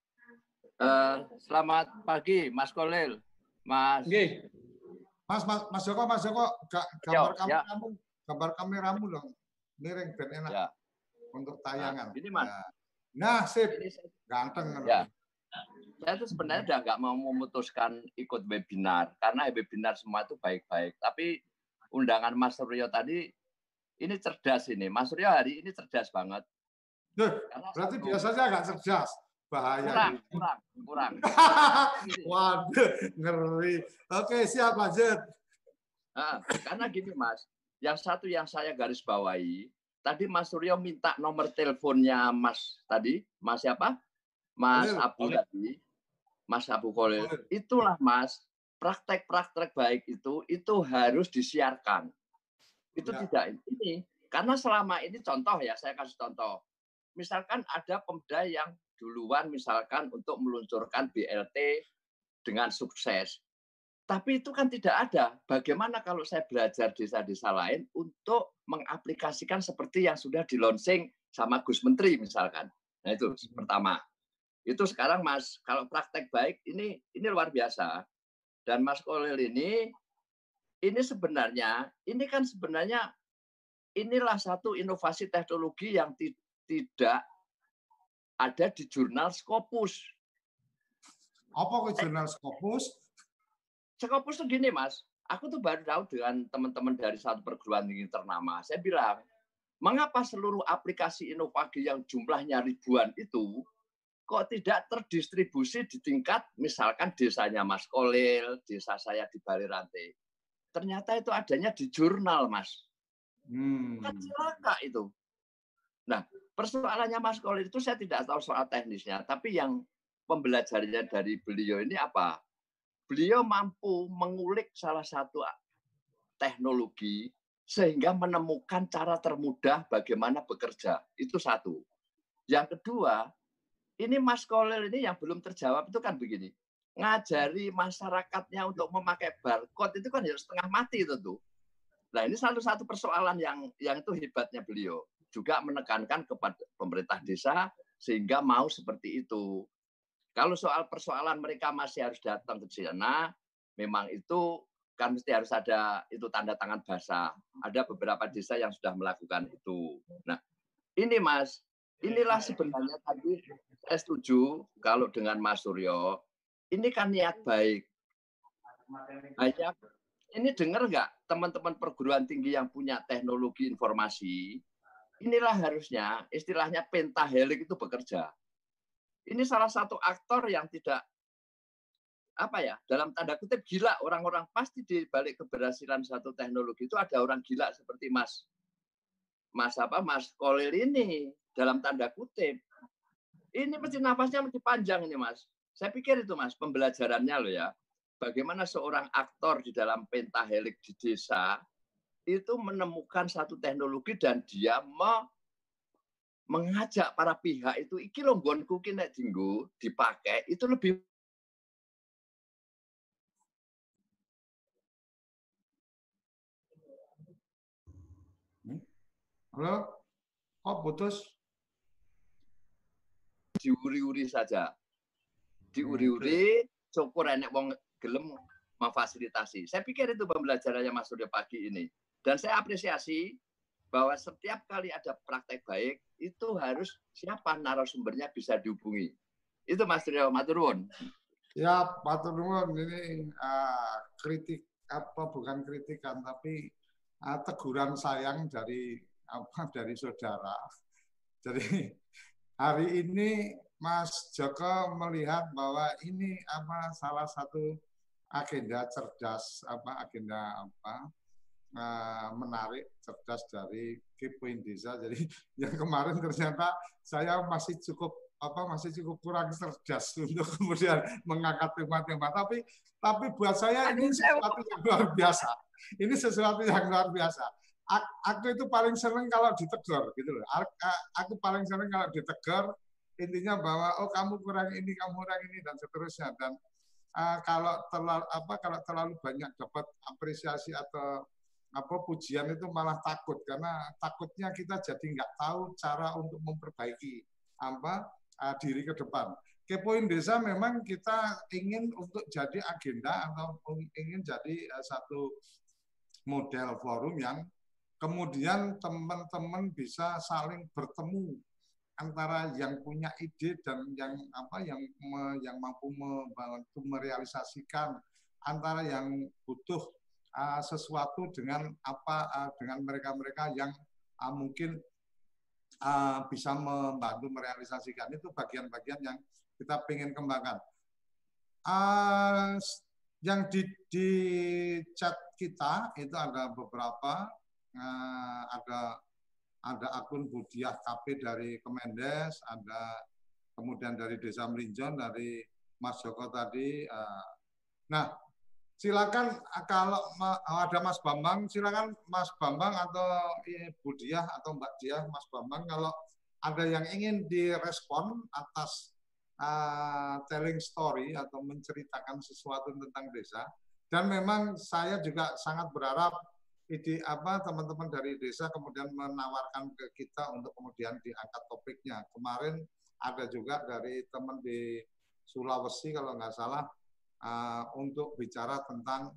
Uh, selamat pagi Mas Kholil, Mas. Okay. Mas, Mas, Mas Joko, Mas Joko, gambar kameramu, ya. gambar kameramu dong, miring dan enak ya. Untuk tayangan. Nah, ini Mas. Nah, sip, ganteng. Ya. Saya itu sebenarnya udah nggak mau memutuskan ikut webinar karena webinar semua itu baik-baik. Tapi undangan Mas Suryo tadi ini cerdas ini. Mas Suryo hari ini cerdas banget. Duh, berarti satu, biasanya nggak cerdas. Bahaya. Kurang, kurang, kurang. Waduh, ngeri. Oke, siap lanjut. Nah, karena gini Mas, yang satu yang saya garis bawahi, tadi Mas Suryo minta nomor teleponnya Mas tadi, Mas siapa? Mas Kholil. Abu tadi, Mas Abu Kholil. Itulah Mas, praktek-praktek baik itu itu harus disiarkan. Itu ya. Tidak ini karena selama ini contoh ya, saya kasih contoh. Misalkan ada pemuda yang duluan misalkan untuk meluncurkan B L T dengan sukses. Tapi itu kan tidak ada. Bagaimana kalau saya belajar desa-desa lain untuk mengaplikasikan seperti yang sudah di-launching sama Gus Menteri misalkan. Nah itu hmm. pertama. Itu sekarang Mas, kalau praktek baik ini ini luar biasa. Dan Mas Kholil ini ini sebenarnya ini kan sebenarnya inilah satu inovasi teknologi yang tidak ada di jurnal Scopus. Apa ke jurnal Scopus? Scopus itu gini Mas, aku tuh baru tahu dengan teman-teman dari satu perguruan tinggi ternama. Saya bilang, mengapa seluruh aplikasi inovasi yang jumlahnya ribuan itu kok tidak terdistribusi di tingkat misalkan desanya Mas Kholil, desa saya di Balirante. Ternyata itu adanya di jurnal, Mas. Hmm. Kan celaka itu. Nah, persoalannya Mas Kholil itu saya tidak tahu soal teknisnya, tapi yang pembelajarannya dari beliau ini apa? Beliau mampu mengulik salah satu teknologi sehingga menemukan cara termudah bagaimana bekerja. Itu satu. Yang kedua, ini Mas Kholil ini yang belum terjawab itu kan begini. Ngajari masyarakatnya untuk memakai barcode itu kan harus setengah mati tentu. Nah ini salah satu persoalan yang yang itu hebatnya beliau. Juga menekankan kepada pemerintah desa sehingga mau seperti itu. Kalau soal persoalan mereka masih harus datang ke sana, memang itu kan mesti harus ada itu tanda tangan basah. Ada beberapa desa yang sudah melakukan itu. Nah ini Mas, inilah sebenarnya tadi saya setuju kalau dengan Mas Suryo, ini kan niat baik. Banyak, ini dengar nggak teman-teman perguruan tinggi yang punya teknologi informasi, inilah harusnya istilahnya pentahelik itu bekerja. Ini salah satu aktor yang tidak apa ya, dalam tanda kutip gila. Orang-orang pasti di balik keberhasilan satu teknologi itu ada orang gila seperti Mas Mas apa Mas Kolil ini, dalam tanda kutip. Ini mesti nafasnya mesti panjang ini, Mas. Saya pikir itu, Mas, pembelajarannya loh ya. Bagaimana seorang aktor di dalam pentahelik di desa itu menemukan satu teknologi dan dia me mengajak para pihak itu iki lho nggonku ki nek dienggo dipakai itu lebih. Halo, kok putus? Diuri-uri saja. Diuri-uri, syukur enek wong gelem memfasilitasi. Saya pikir itu pembelajarannya Mas Suryo pagi ini. Dan saya apresiasi bahwa setiap kali ada praktek baik, itu harus siapa narasumbernya bisa dihubungi. Itu Mas Suryo, matur nuwun. Ya, matur nuwun. Ini uh, kritik apa bukan kritikan tapi uh, teguran sayang dari apa dari saudara. Jadi hari ini Mas Joko melihat bahwa ini apa salah satu agenda cerdas apa agenda apa uh, menarik cerdas dari Kepoin Desa. Jadi yang kemarin ternyata saya masih cukup apa masih cukup kurang cerdas untuk kemudian mengangkat tema-tema. Tapi tapi buat saya ini sesuatu yang luar biasa. Ini sesuatu yang luar biasa. Aku itu paling seneng kalau ditegur gitu loh. Aku paling seneng kalau ditegur, intinya bahwa oh kamu kurang ini, kamu kurang ini dan seterusnya. Dan uh, kalau terlalu apa kalau terlalu banyak dapat apresiasi atau apa pujian itu malah takut karena takutnya kita jadi nggak tahu cara untuk memperbaiki apa uh, diri ke depan. Kepoin Desa memang kita ingin untuk jadi agenda atau ingin jadi uh, satu model forum yang kemudian teman-teman bisa saling bertemu antara yang punya ide dan yang apa yang me, yang mampu membantu merealisasikan, antara yang butuh uh, sesuatu dengan apa uh, dengan mereka-mereka yang uh, mungkin uh, bisa membantu merealisasikan. Itu bagian-bagian yang kita ingin kembangkan. Uh, yang di, di chat kita itu ada beberapa. Uh, ada ada akun Budiah K P dari Kemendes, ada kemudian dari Desa Melinjon dari Mas Joko tadi. Uh, nah, silakan kalau ada Mas Bambang, silakan Mas Bambang atau eh, Budiah atau Mbak Diah, Mas Bambang kalau ada yang ingin direspon atas uh, telling story atau menceritakan sesuatu tentang desa. Dan memang saya juga sangat berharap ide apa teman-teman dari desa kemudian menawarkan ke kita untuk kemudian diangkat topiknya. Kemarin ada juga dari teman di Sulawesi kalau nggak salah uh, untuk bicara tentang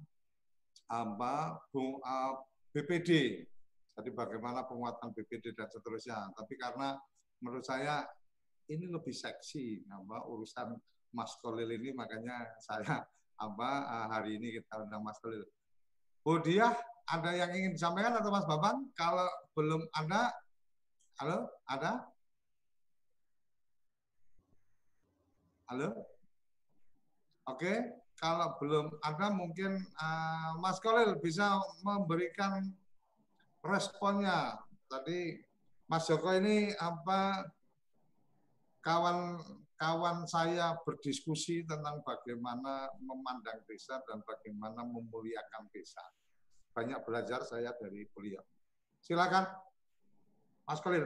apa uh, B P D. Jadi bagaimana penguatan B P D dan seterusnya. Tapi karena menurut saya ini lebih seksi apa urusan Mas Kolil ini, makanya saya apa uh, hari ini kita undang Mas Kolil. Budiah, ada yang ingin disampaikan atau Mas Bambang? Kalau belum ada, halo, ada? Halo? Oke, kalau belum ada mungkin uh, Mas Kolil bisa memberikan responnya. Tadi Mas Joko ini apa kawan kawan saya berdiskusi tentang bagaimana memandang desa dan bagaimana memuliakan desa. Banyak belajar saya dari beliau. Silakan, Mas Kolil.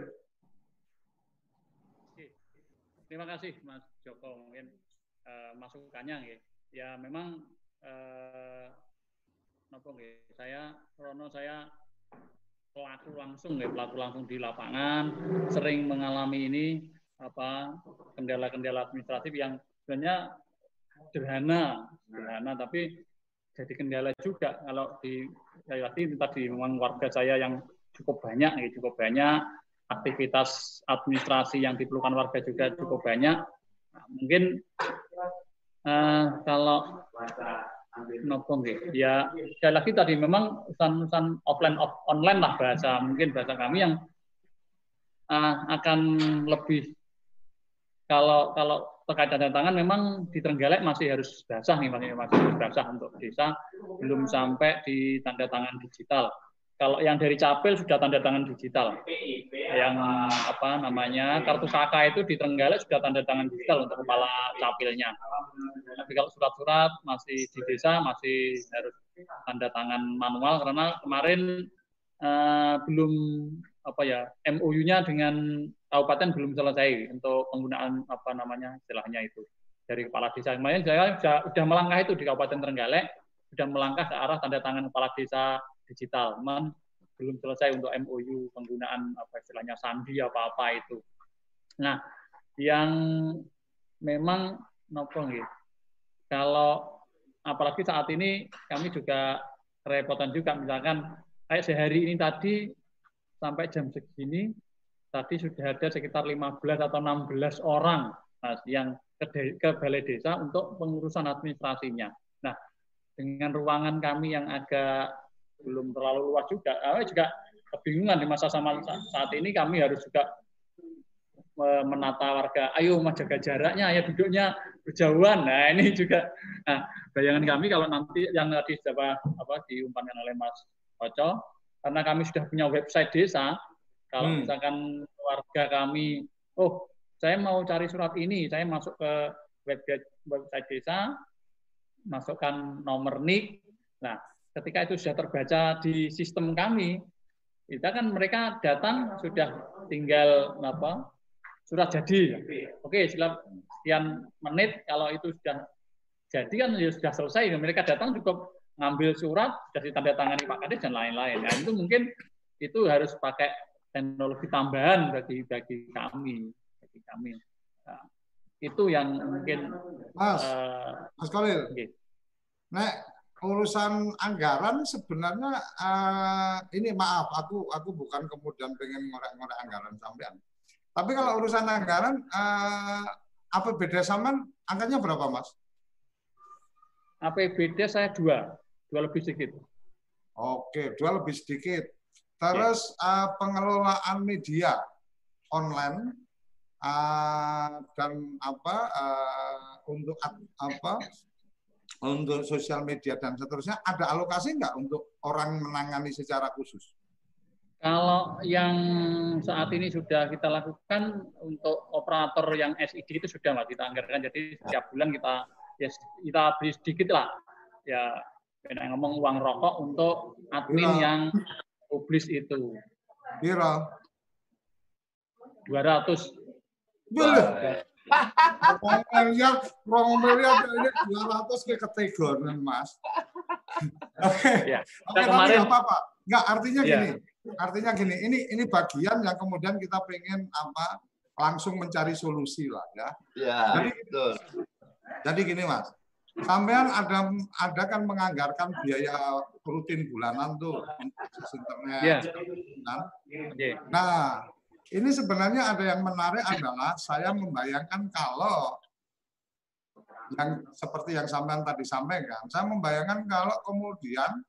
Terima kasih, Mas Joko. Mungkin uh, masukannya, ya. Ya memang, uh, nopo, saya, Rono, saya pelaku langsung, ya, pelaku langsung di lapangan, sering mengalami ini apa kendala-kendala administratif yang sebenarnya sederhana, sederhana, tapi jadi kendala juga kalau di saya lagi tadi memang warga saya yang cukup banyak, ya, cukup banyak aktivitas administrasi yang diperlukan warga juga cukup banyak. Nah, mungkin uh, kalau nopong ya sekali lagi tadi memang urusan-urusan offline off, online lah bahasa mungkin bahasa kami yang uh, akan lebih kalau kalau terkait tanda tangan memang di Trenggalek masih harus basah nih, masih harus basah untuk desa, belum sampai di tanda tangan digital. Kalau yang dari Capil sudah tanda tangan digital. Yang apa namanya kartu K K itu di Trenggalek sudah tanda tangan digital untuk kepala Capilnya. Tapi kalau surat-surat masih di desa masih harus tanda tangan manual karena kemarin eh, belum apa ya M O U-nya dengan kabupaten belum selesai untuk penggunaan apa namanya istilahnya itu dari kepala desa. Kemarin saya sudah, sudah melangkah itu di Kabupaten Trenggalek, sudah melangkah ke arah tanda tangan kepala desa digital, cuman belum selesai untuk M O U penggunaan apa istilahnya sandi apa-apa itu. Nah, yang memang nopo nggih. Kalau apalagi saat ini kami juga kerepotan juga misalkan kayak sehari ini tadi sampai jam segini tadi sudah ada sekitar lima belas atau enam belas orang Mas, yang ke, ke balai desa untuk pengurusan administrasinya. Nah, dengan ruangan kami yang agak belum terlalu luas juga, kami juga kebingungan di masa sama saat ini kami harus juga menata warga, ayo mas jaga jaraknya, ya duduknya berjauhan. Nah ini juga, nah bayangan kami kalau nanti yang tadi apa, apa diumpankan oleh Mas Oco, karena kami sudah punya website desa, kalau hmm. misalkan warga kami, oh saya mau cari surat ini, saya masuk ke web website desa, masukkan nomor N I K, nah ketika itu sudah terbaca di sistem kami, kita kan mereka datang sudah tinggal apa surat jadi. Oke, sekian menit kalau itu sudah jadi kan ya sudah selesai. Mereka datang cukup ngambil surat, sudah ditandatangani Pak Kades dan lain-lain. Nah, itu mungkin itu harus pakai teknologi tambahan bagi bagi kami, bagi kami. Nah, itu yang mungkin Mas, uh, Mas Khalil. Okay. Nah, urusan anggaran sebenarnya uh, ini maaf, aku aku bukan kemudian pengen ngorek-ngorek anggaran sampean. Tapi kalau urusan anggaran, uh, A P B D sampean angkanya berapa, Mas? A P B D saya dua, dua lebih sedikit. Oke, dua lebih sedikit. Terus uh, pengelolaan media online uh, dan apa uh, untuk apa untuk sosial media dan seterusnya, ada alokasi nggak untuk orang menangani secara khusus? Kalau yang saat ini sudah kita lakukan untuk operator yang S I D itu sudah Mas, kita anggarkan. Jadi setiap bulan kita ya kita beri sedikit lah. Ya, yang ngomong uang rokok untuk admin Bira. Yang publis itu. Bira. dua ratus. Boleh. Rong miliar, rong miliar ini dua ratus ke kategori, Mas. Oke. Ya. Oke, kemarin tapi apa-apa. Enggak, artinya ya. gini. Artinya gini, ini ini bagian yang kemudian kita pengen apa langsung mencari solusi lah ya. Ya, jadi, betul. Jadi gini Mas, sampean ada ada kan menganggarkan biaya rutin bulanan tuh internet. Ya. Kan? Ya. Nah, ini sebenarnya ada yang menarik adalah saya membayangkan kalau yang seperti yang sampean tadi sampaikan, saya membayangkan kalau kemudian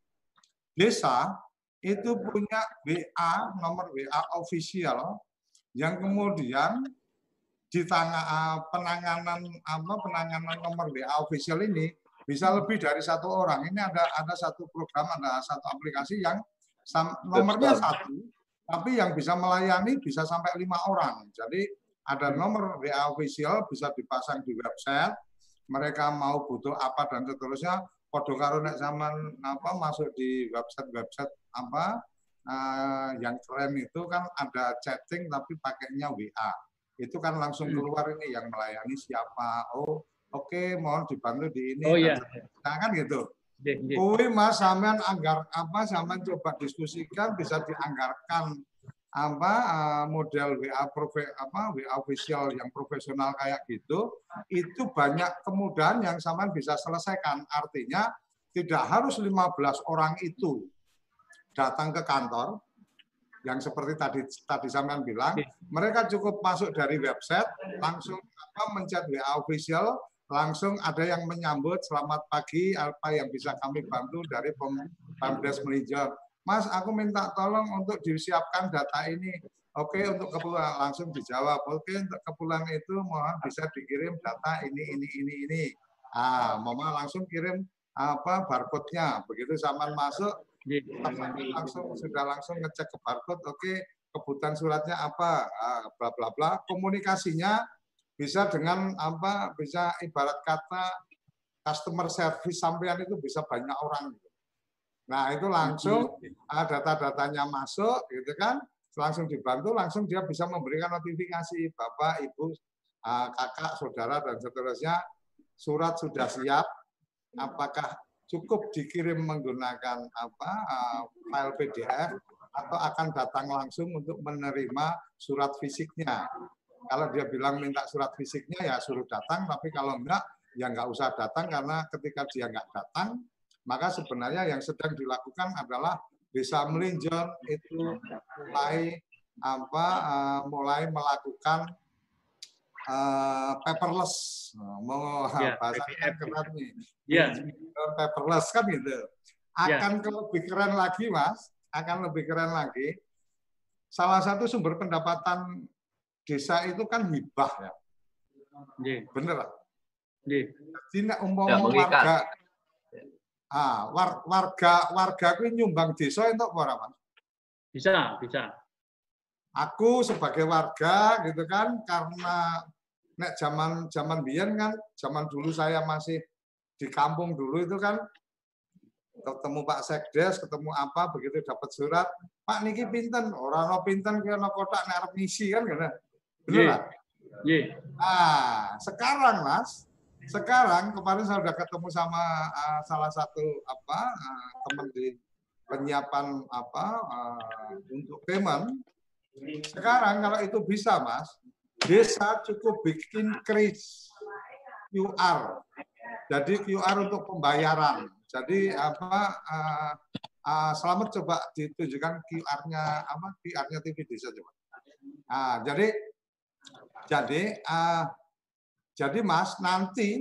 desa itu punya W A, nomor W A official yang kemudian di tangan penanganan apa penanganan nomor W A official ini bisa lebih dari satu orang. Ini ada ada satu program, ada satu aplikasi yang nomornya satu, tapi yang bisa melayani bisa sampai lima orang. Jadi ada nomor W A official bisa dipasang di website. Mereka mau butuh apa dan seterusnya. Podo karo nek zaman apa masuk di website-website apa uh, yang keren itu kan ada chatting tapi pakainya W A. Itu kan langsung keluar ini yang melayani siapa. Oh, oke, okay, mohon dibantu di ini. Oh iya. Nah, kan gitu. Yeah, yeah. Kuwi Mas sampean anggar apa sampean coba diskusikan bisa dianggarkan apa uh, model W A profe, apa W A official yang profesional kayak gitu, itu banyak kemudahan yang sampean bisa selesaikan. Artinya tidak harus lima belas orang itu datang ke kantor yang seperti tadi tadi sampean bilang, mereka cukup masuk dari website langsung apa mencet W A official, langsung ada yang menyambut selamat pagi, apa yang bisa kami bantu dari Pemdes Manajer. Mas, aku minta tolong untuk disiapkan data ini. Oke, untuk kepulauan langsung dijawab. Oke, untuk kepulauan itu mohon bisa dikirim data ini, ini, ini, ini. Ah, mama langsung kirim apa barcode-nya. Begitu zaman masuk, langsung sudah langsung ngecek ke barcode. Oke, kebutuhan suratnya apa? Ah, bla bla bla. Komunikasinya bisa dengan apa? Bisa ibarat kata customer service sampean itu bisa banyak orang. Nah, itu langsung ah, data-datanya masuk, gitu kan? Langsung dibantu, langsung dia bisa memberikan notifikasi Bapak, Ibu, kakak, saudara, dan seterusnya. Surat sudah siap, apakah cukup dikirim menggunakan apa file P D F atau akan datang langsung untuk menerima surat fisiknya. Kalau dia bilang minta surat fisiknya ya suruh datang, tapi kalau enggak ya enggak usah datang, karena ketika dia enggak datang, maka sebenarnya yang sedang dilakukan adalah bisa melinjol itu mulai apa uh, mulai melakukan uh, paperless, mau ya, bahasanya keren nih, ya. paperless kan gitu. Akan ya. Lebih keren lagi, Mas, akan lebih keren lagi. Salah satu sumber pendapatan desa itu kan hibah ya, ya. Bener. Ya. Jadi umpama ya, warga Ah, war, warga warga ku nyumbang desa untuk apa, Mas? Bisa, bisa. Aku sebagai warga gitu kan, karena nek zaman zaman biyen kan, zaman dulu saya masih di kampung dulu itu kan ketemu Pak Sekdes, ketemu apa, begitu dapat surat, Pak niki pinten, ora ono pinten ki ono kotak nek arep ngisi kan gitu. Bener kan? Nggih. Ah, sekarang Mas, sekarang kemarin saya sudah ketemu sama uh, salah satu apa uh, teman di penyiapan apa uh, untuk payment. Sekarang kalau itu bisa, Mas, desa cukup bikin kris Q R. Jadi Q R untuk pembayaran. Jadi apa uh, uh, selamat coba ditunjukkan Q R-nya apa Q R-nya T V Desa coba. Nah, jadi jadi uh, Jadi Mas nanti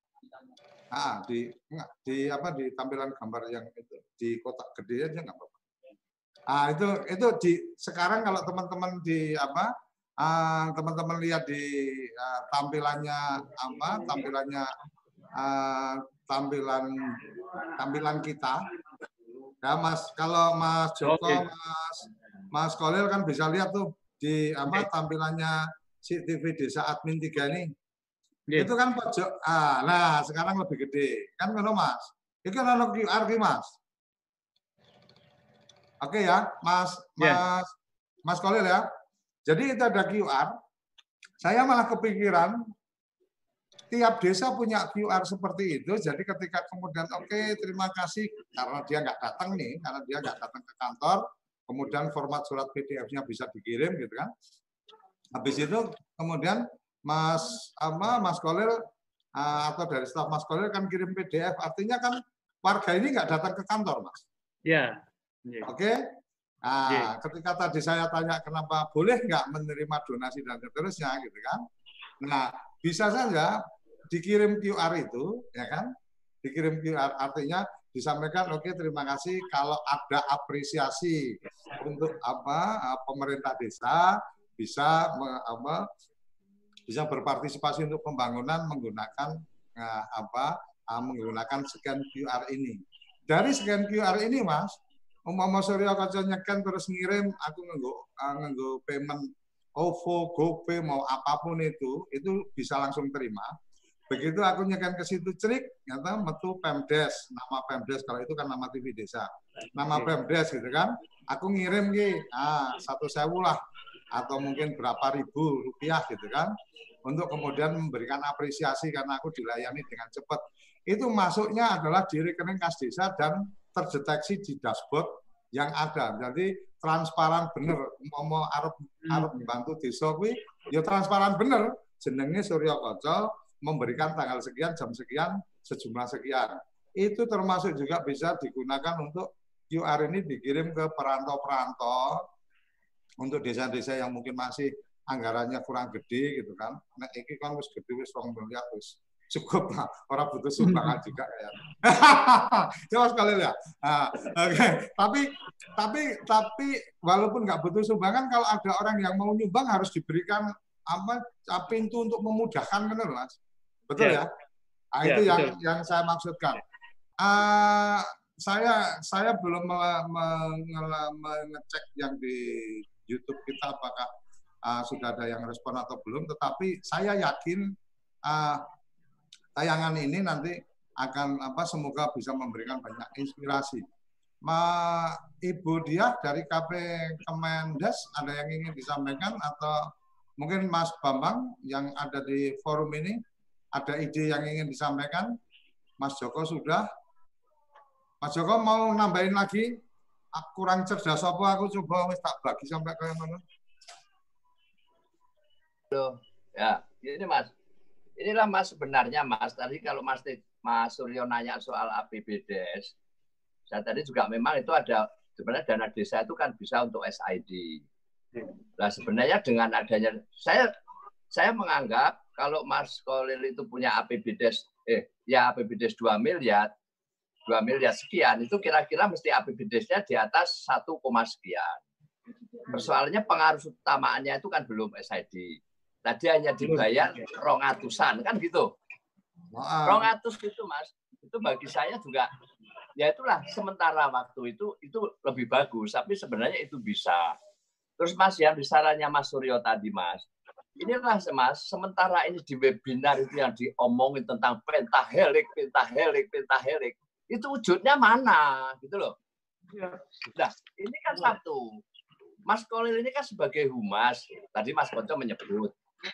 ah, di di apa di tampilan gambar yang itu di kotak gede aja nggak apa-apa. Ah itu itu di sekarang kalau teman-teman di apa teman-teman uh, lihat di uh, tampilannya apa tampilannya uh, tampilan tampilan kita ya Mas, kalau Mas Joko, okay. Mas Mas Kolil kan bisa lihat tuh di apa tampilannya si T V Desa Admin tiga ini. Yeah. Itu kan pojok. Ah, nah, sekarang lebih gede. Kan ngono, Mas. Itu kan ono Q R ki, Mas. Oke ya, Mas yeah. Mas Mas Kolil ya. Jadi itu ada Q R. Saya malah kepikiran tiap desa punya Q R seperti itu. Jadi ketika kemudian oke, okay, terima kasih karena dia nggak datang nih, karena dia nggak datang ke kantor, kemudian format surat P D F-nya bisa dikirim gitu kan. Habis itu kemudian Mas ama Mas Kolil uh, atau dari staf Mas Kolil kan kirim P D F, artinya kan warga ini nggak datang ke kantor, Mas. Ya. Yeah. Oke. Okay? Nah, yeah. Ketika tadi saya tanya kenapa boleh nggak menerima donasi dan seterusnya, gitu kan? Nah, bisa saja dikirim Q R itu, ya kan? Dikirim Q R artinya disampaikan, oke okay, terima kasih kalau ada apresiasi untuk apa pemerintah desa bisa apa bisa berpartisipasi untuk pembangunan menggunakan uh, apa uh, menggunakan scan Q R ini. Dari scan Q R ini, Mas, umpama Surya Kaca nyekan terus ngirim, aku nganggo uh, nganggo payment O V O, GoPay mau apapun itu, itu bisa langsung terima. Begitu aku nyekan ke situ cerik, nyata metu Pemdes, nama Pemdes kalau itu kan nama T V Desa, nama Pemdes gitu kan. Aku ngirim ki, ah satu sewu lah, atau mungkin berapa ribu rupiah gitu kan. Untuk kemudian memberikan apresiasi karena aku dilayani dengan cepat. Itu masuknya adalah di rekening kas desa dan terdeteksi di dashboard yang ada. Jadi transparan bener. Mau arep arep bantu desa kuwi ya transparan bener. Jenenge Surya Kaca memberikan tanggal sekian, jam sekian, sejumlah sekian. Itu termasuk juga bisa digunakan untuk Q R ini dikirim ke perantau-perantau untuk desa-desa yang mungkin masih anggarannya kurang gede gitu kan. Nah, ini kan wis gede wis rong miliar wis cukup lah, orang butuh sumbangan juga ya. Coba sekali ya. Nah, oke, okay. tapi tapi tapi walaupun nggak butuh sumbangan, kalau ada orang yang mau nyumbang harus diberikan apa pintu untuk memudahkan, benar Mas? Betul ya? ya? Nah, ya, itu yang betul. yang saya maksudkan. Uh, saya saya belum mengecek yang di YouTube kita apakah uh, sudah ada yang respon atau belum, tetapi saya yakin uh, tayangan ini nanti akan apa semoga bisa memberikan banyak inspirasi. Ma, Ibu Diah dari K P Kemendes ada yang ingin disampaikan atau mungkin Mas Bambang yang ada di forum ini ada ide yang ingin disampaikan? Mas Joko sudah. Mas Joko mau nambahin lagi? Aku kurang cerdas apa aku coba wis tak bagi sampai ke mana? Loh, ya, ini Mas. Inilah Mas sebenarnya Mas, tadi kalau Mas Mas Suryo nanya soal A P B D S, saya tadi juga memang itu ada sebenarnya dana desa itu kan bisa untuk S I D. Nah, sebenarnya dengan adanya saya saya menganggap kalau Mas Kolil itu punya A P B D S eh ya A P B D S dua miliar dua miliar sekian, itu kira-kira mesti A P B D S-nya di atas satu, sekian. Persoalannya pengaruh utamaannya itu kan belum S I D. Tadi hanya dibayar rongatusan, kan gitu. Rongatus itu Mas, itu bagi saya juga, ya itulah sementara waktu itu itu lebih bagus, tapi sebenarnya itu bisa. Terus Mas yang disarannya Mas Suryo tadi Mas, inilah Mas, sementara ini di webinar itu yang diomongin tentang pentahelik, pentahelik, pentahelik, itu wujudnya mana, gitu loh. Nah, ini kan satu, Mas Kolil ini kan sebagai humas, tadi Mas Konco menyebut,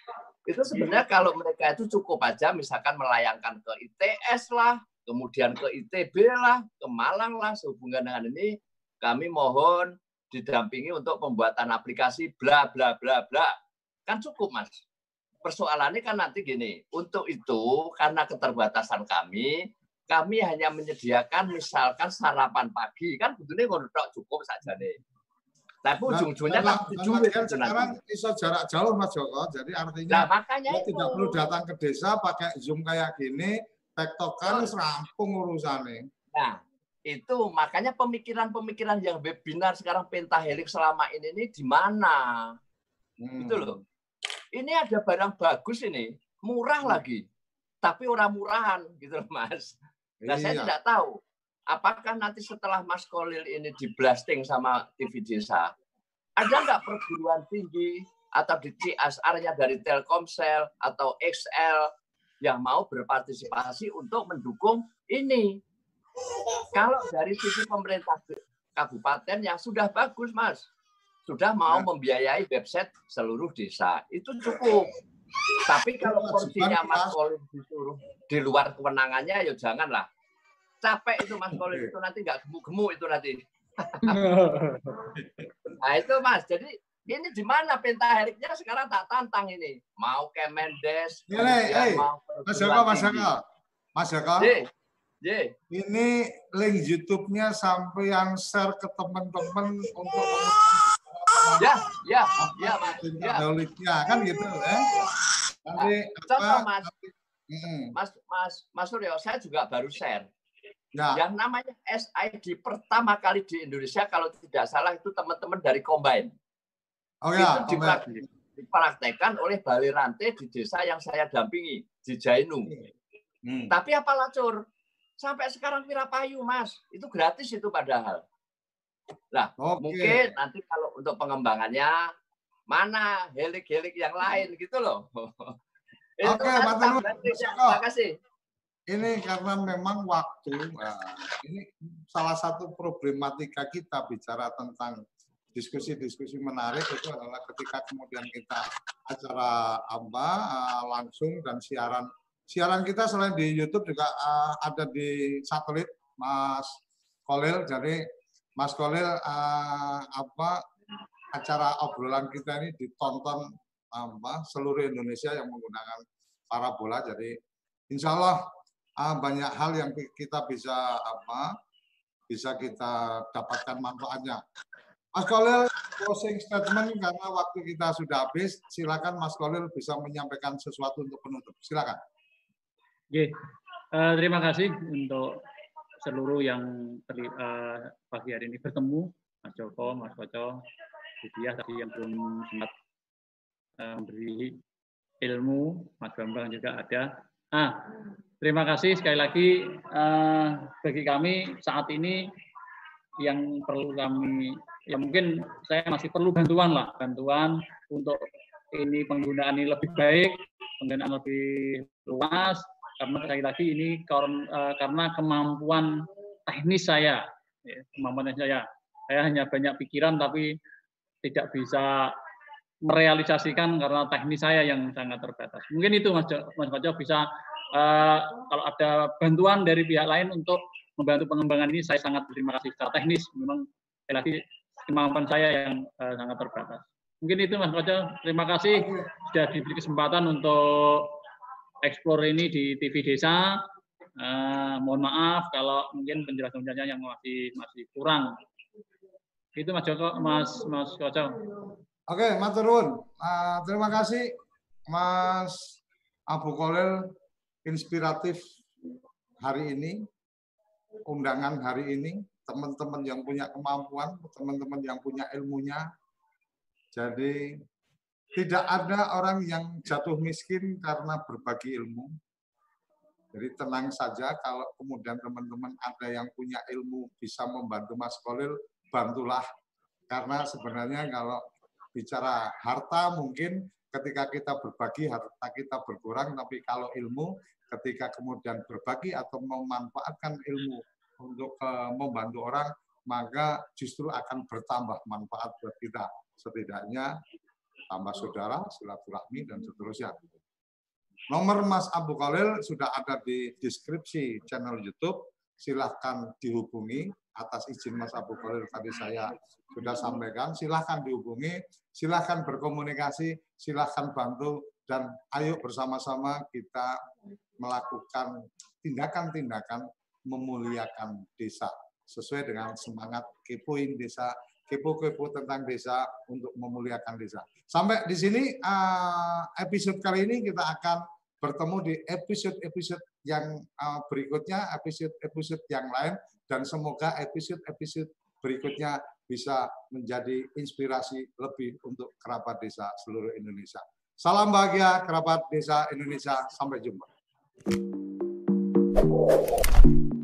itu sebenarnya kalau mereka itu cukup aja misalkan melayangkan ke I T S lah, kemudian ke I T B lah, ke Malang lah, sehubungan dengan ini kami mohon didampingi untuk pembuatan aplikasi bla bla bla bla. Kan cukup Mas. Persoalannya kan nanti gini, untuk itu karena keterbatasan kami, kami hanya menyediakan misalkan sarapan pagi, kan betulnya ngono cukup saja nih. Tapi ujung-ujungnya nah, kan nah, kan sekarang iso jarak jauh Mas Joko, jadi artinya nah, makanya ya tidak perlu datang ke desa pakai Zoom kayak gini, tektokan oh. rampung urusannya. Nah, itu makanya pemikiran-pemikiran yang webinar sekarang pentahelik selama ini ini di mana? Hmm. Itu loh. Ini ada barang bagus ini, murah hmm. lagi. Tapi orang murahan gitu loh Mas. Nah, iya. Saya tidak tahu apakah nanti setelah Mas Kolil ini di blasting sama T V Desa, ada nggak perguruan tinggi atau di C S R-nya dari Telkomsel atau X L yang mau berpartisipasi untuk mendukung ini? Kalau dari sisi pemerintah kabupaten yang sudah bagus, Mas, sudah mau ya. membiayai website seluruh desa, itu cukup. Tapi kalau porsinya Mas Kolil disuruh di luar kewenangannya, ya janganlah. Capek itu Mas Kolil itu nanti nggak gemuk-gemuk itu nanti. Nah itu Mas, jadi ini di mana pentaheliknya sekarang tak tantang ini. Mau Kemendes, ini, mau Mas Joko, Mas Joko, Mas Joko. Ye. Ini link YouTube-nya sampai yang share ke teman-teman untuk ya, ya, ya, Mas. Ya. Ya, kan gitu ya. Nanti contoh Mas, Mas, Mas, Mas Suryo, saya juga baru share. Ya. Yang namanya S I D pertama kali di Indonesia kalau tidak salah itu teman-teman dari Combine. Oh ya, itu dipraktek, dipraktekkan oleh Balai Rantai di desa yang saya dampingi di Jainu. Hmm. Tapi apa lacur? Sampai sekarang Pirapayu, Mas. Itu gratis itu padahal. Nah, okay. mungkin nanti kalau untuk pengembangannya mana helik-helik yang lain gitu loh. Oke, okay, Pak Tengku. Terima kasih. Ini karena memang waktu, nah, ini salah satu problematika kita bicara tentang diskusi-diskusi menarik itu adalah ketika kemudian kita acara apa langsung dan siaran siaran kita selain di YouTube juga uh, ada di satelit Mas Kolil. Jadi Mas Kolil uh, apa acara obrolan kita ini ditonton apa seluruh Indonesia yang menggunakan parabola. Jadi insya Allah uh, banyak hal yang kita bisa apa bisa kita dapatkan manfaatnya. Mas Kolil closing statement karena waktu kita sudah habis. Silakan Mas Kolil bisa menyampaikan sesuatu untuk penutup. Silakan. Oke, uh, terima kasih untuk seluruh yang terli, uh, pagi hari ini bertemu, Mas Joko, Mas Koco, Budiah tadi yang belum sempat uh, memberi ilmu, Mas Bambang juga ada. Ah, terima kasih sekali lagi uh, bagi kami saat ini yang perlu kami, ya mungkin saya masih perlu bantuan lah, bantuan untuk ini penggunaan ini lebih baik, penggunaan lebih luas, karena sekali lagi ini karena kemampuan teknis saya, kemampuan teknis saya, saya hanya banyak pikiran tapi tidak bisa merealisasikan karena teknis saya yang sangat terbatas. Mungkin itu Mas Mas Koco bisa uh, kalau ada bantuan dari pihak lain untuk membantu pengembangan ini, saya sangat berterima kasih. Secara teknis memang sekali lagi kemampuan saya yang uh, sangat terbatas. Mungkin itu Mas Koco. Terima kasih sudah diberi kesempatan untuk explore ini di T V Desa. Uh, mohon maaf kalau mungkin penjelasan-penjelasannya yang masih masih kurang. Itu Mas Joko, Mas Mas Koco. Oke, matur nuwun. Uh, terima kasih Mas Abu Kholil, inspiratif hari ini, undangan hari ini, teman-teman yang punya kemampuan, teman-teman yang punya ilmunya. Jadi tidak ada orang yang jatuh miskin karena berbagi ilmu. Jadi tenang saja kalau kemudian teman-teman ada yang punya ilmu bisa membantu Mas Kholil, bantulah. Karena sebenarnya kalau bicara harta mungkin ketika kita berbagi harta kita berkurang, tapi kalau ilmu ketika kemudian berbagi atau memanfaatkan ilmu untuk uh, membantu orang, maka justru akan bertambah manfaat buat kita. Setidaknya tambah saudara, silaturahmi, dan seterusnya. Nomor Mas Abu Kholil sudah ada di deskripsi channel YouTube. Silahkan dihubungi. Atas izin Mas Abu Kholil tadi saya sudah sampaikan. Silahkan dihubungi, silahkan berkomunikasi, silahkan bantu, dan ayo bersama-sama kita melakukan tindakan-tindakan memuliakan desa sesuai dengan semangat kepoin desa, kepo-kepo tentang desa untuk memuliakan desa. Sampai di sini episode kali ini, kita akan bertemu di episode-episode yang berikutnya, episode-episode yang lain, dan semoga episode-episode berikutnya bisa menjadi inspirasi lebih untuk kerabat desa seluruh Indonesia. Salam bahagia kerabat desa Indonesia, sampai jumpa.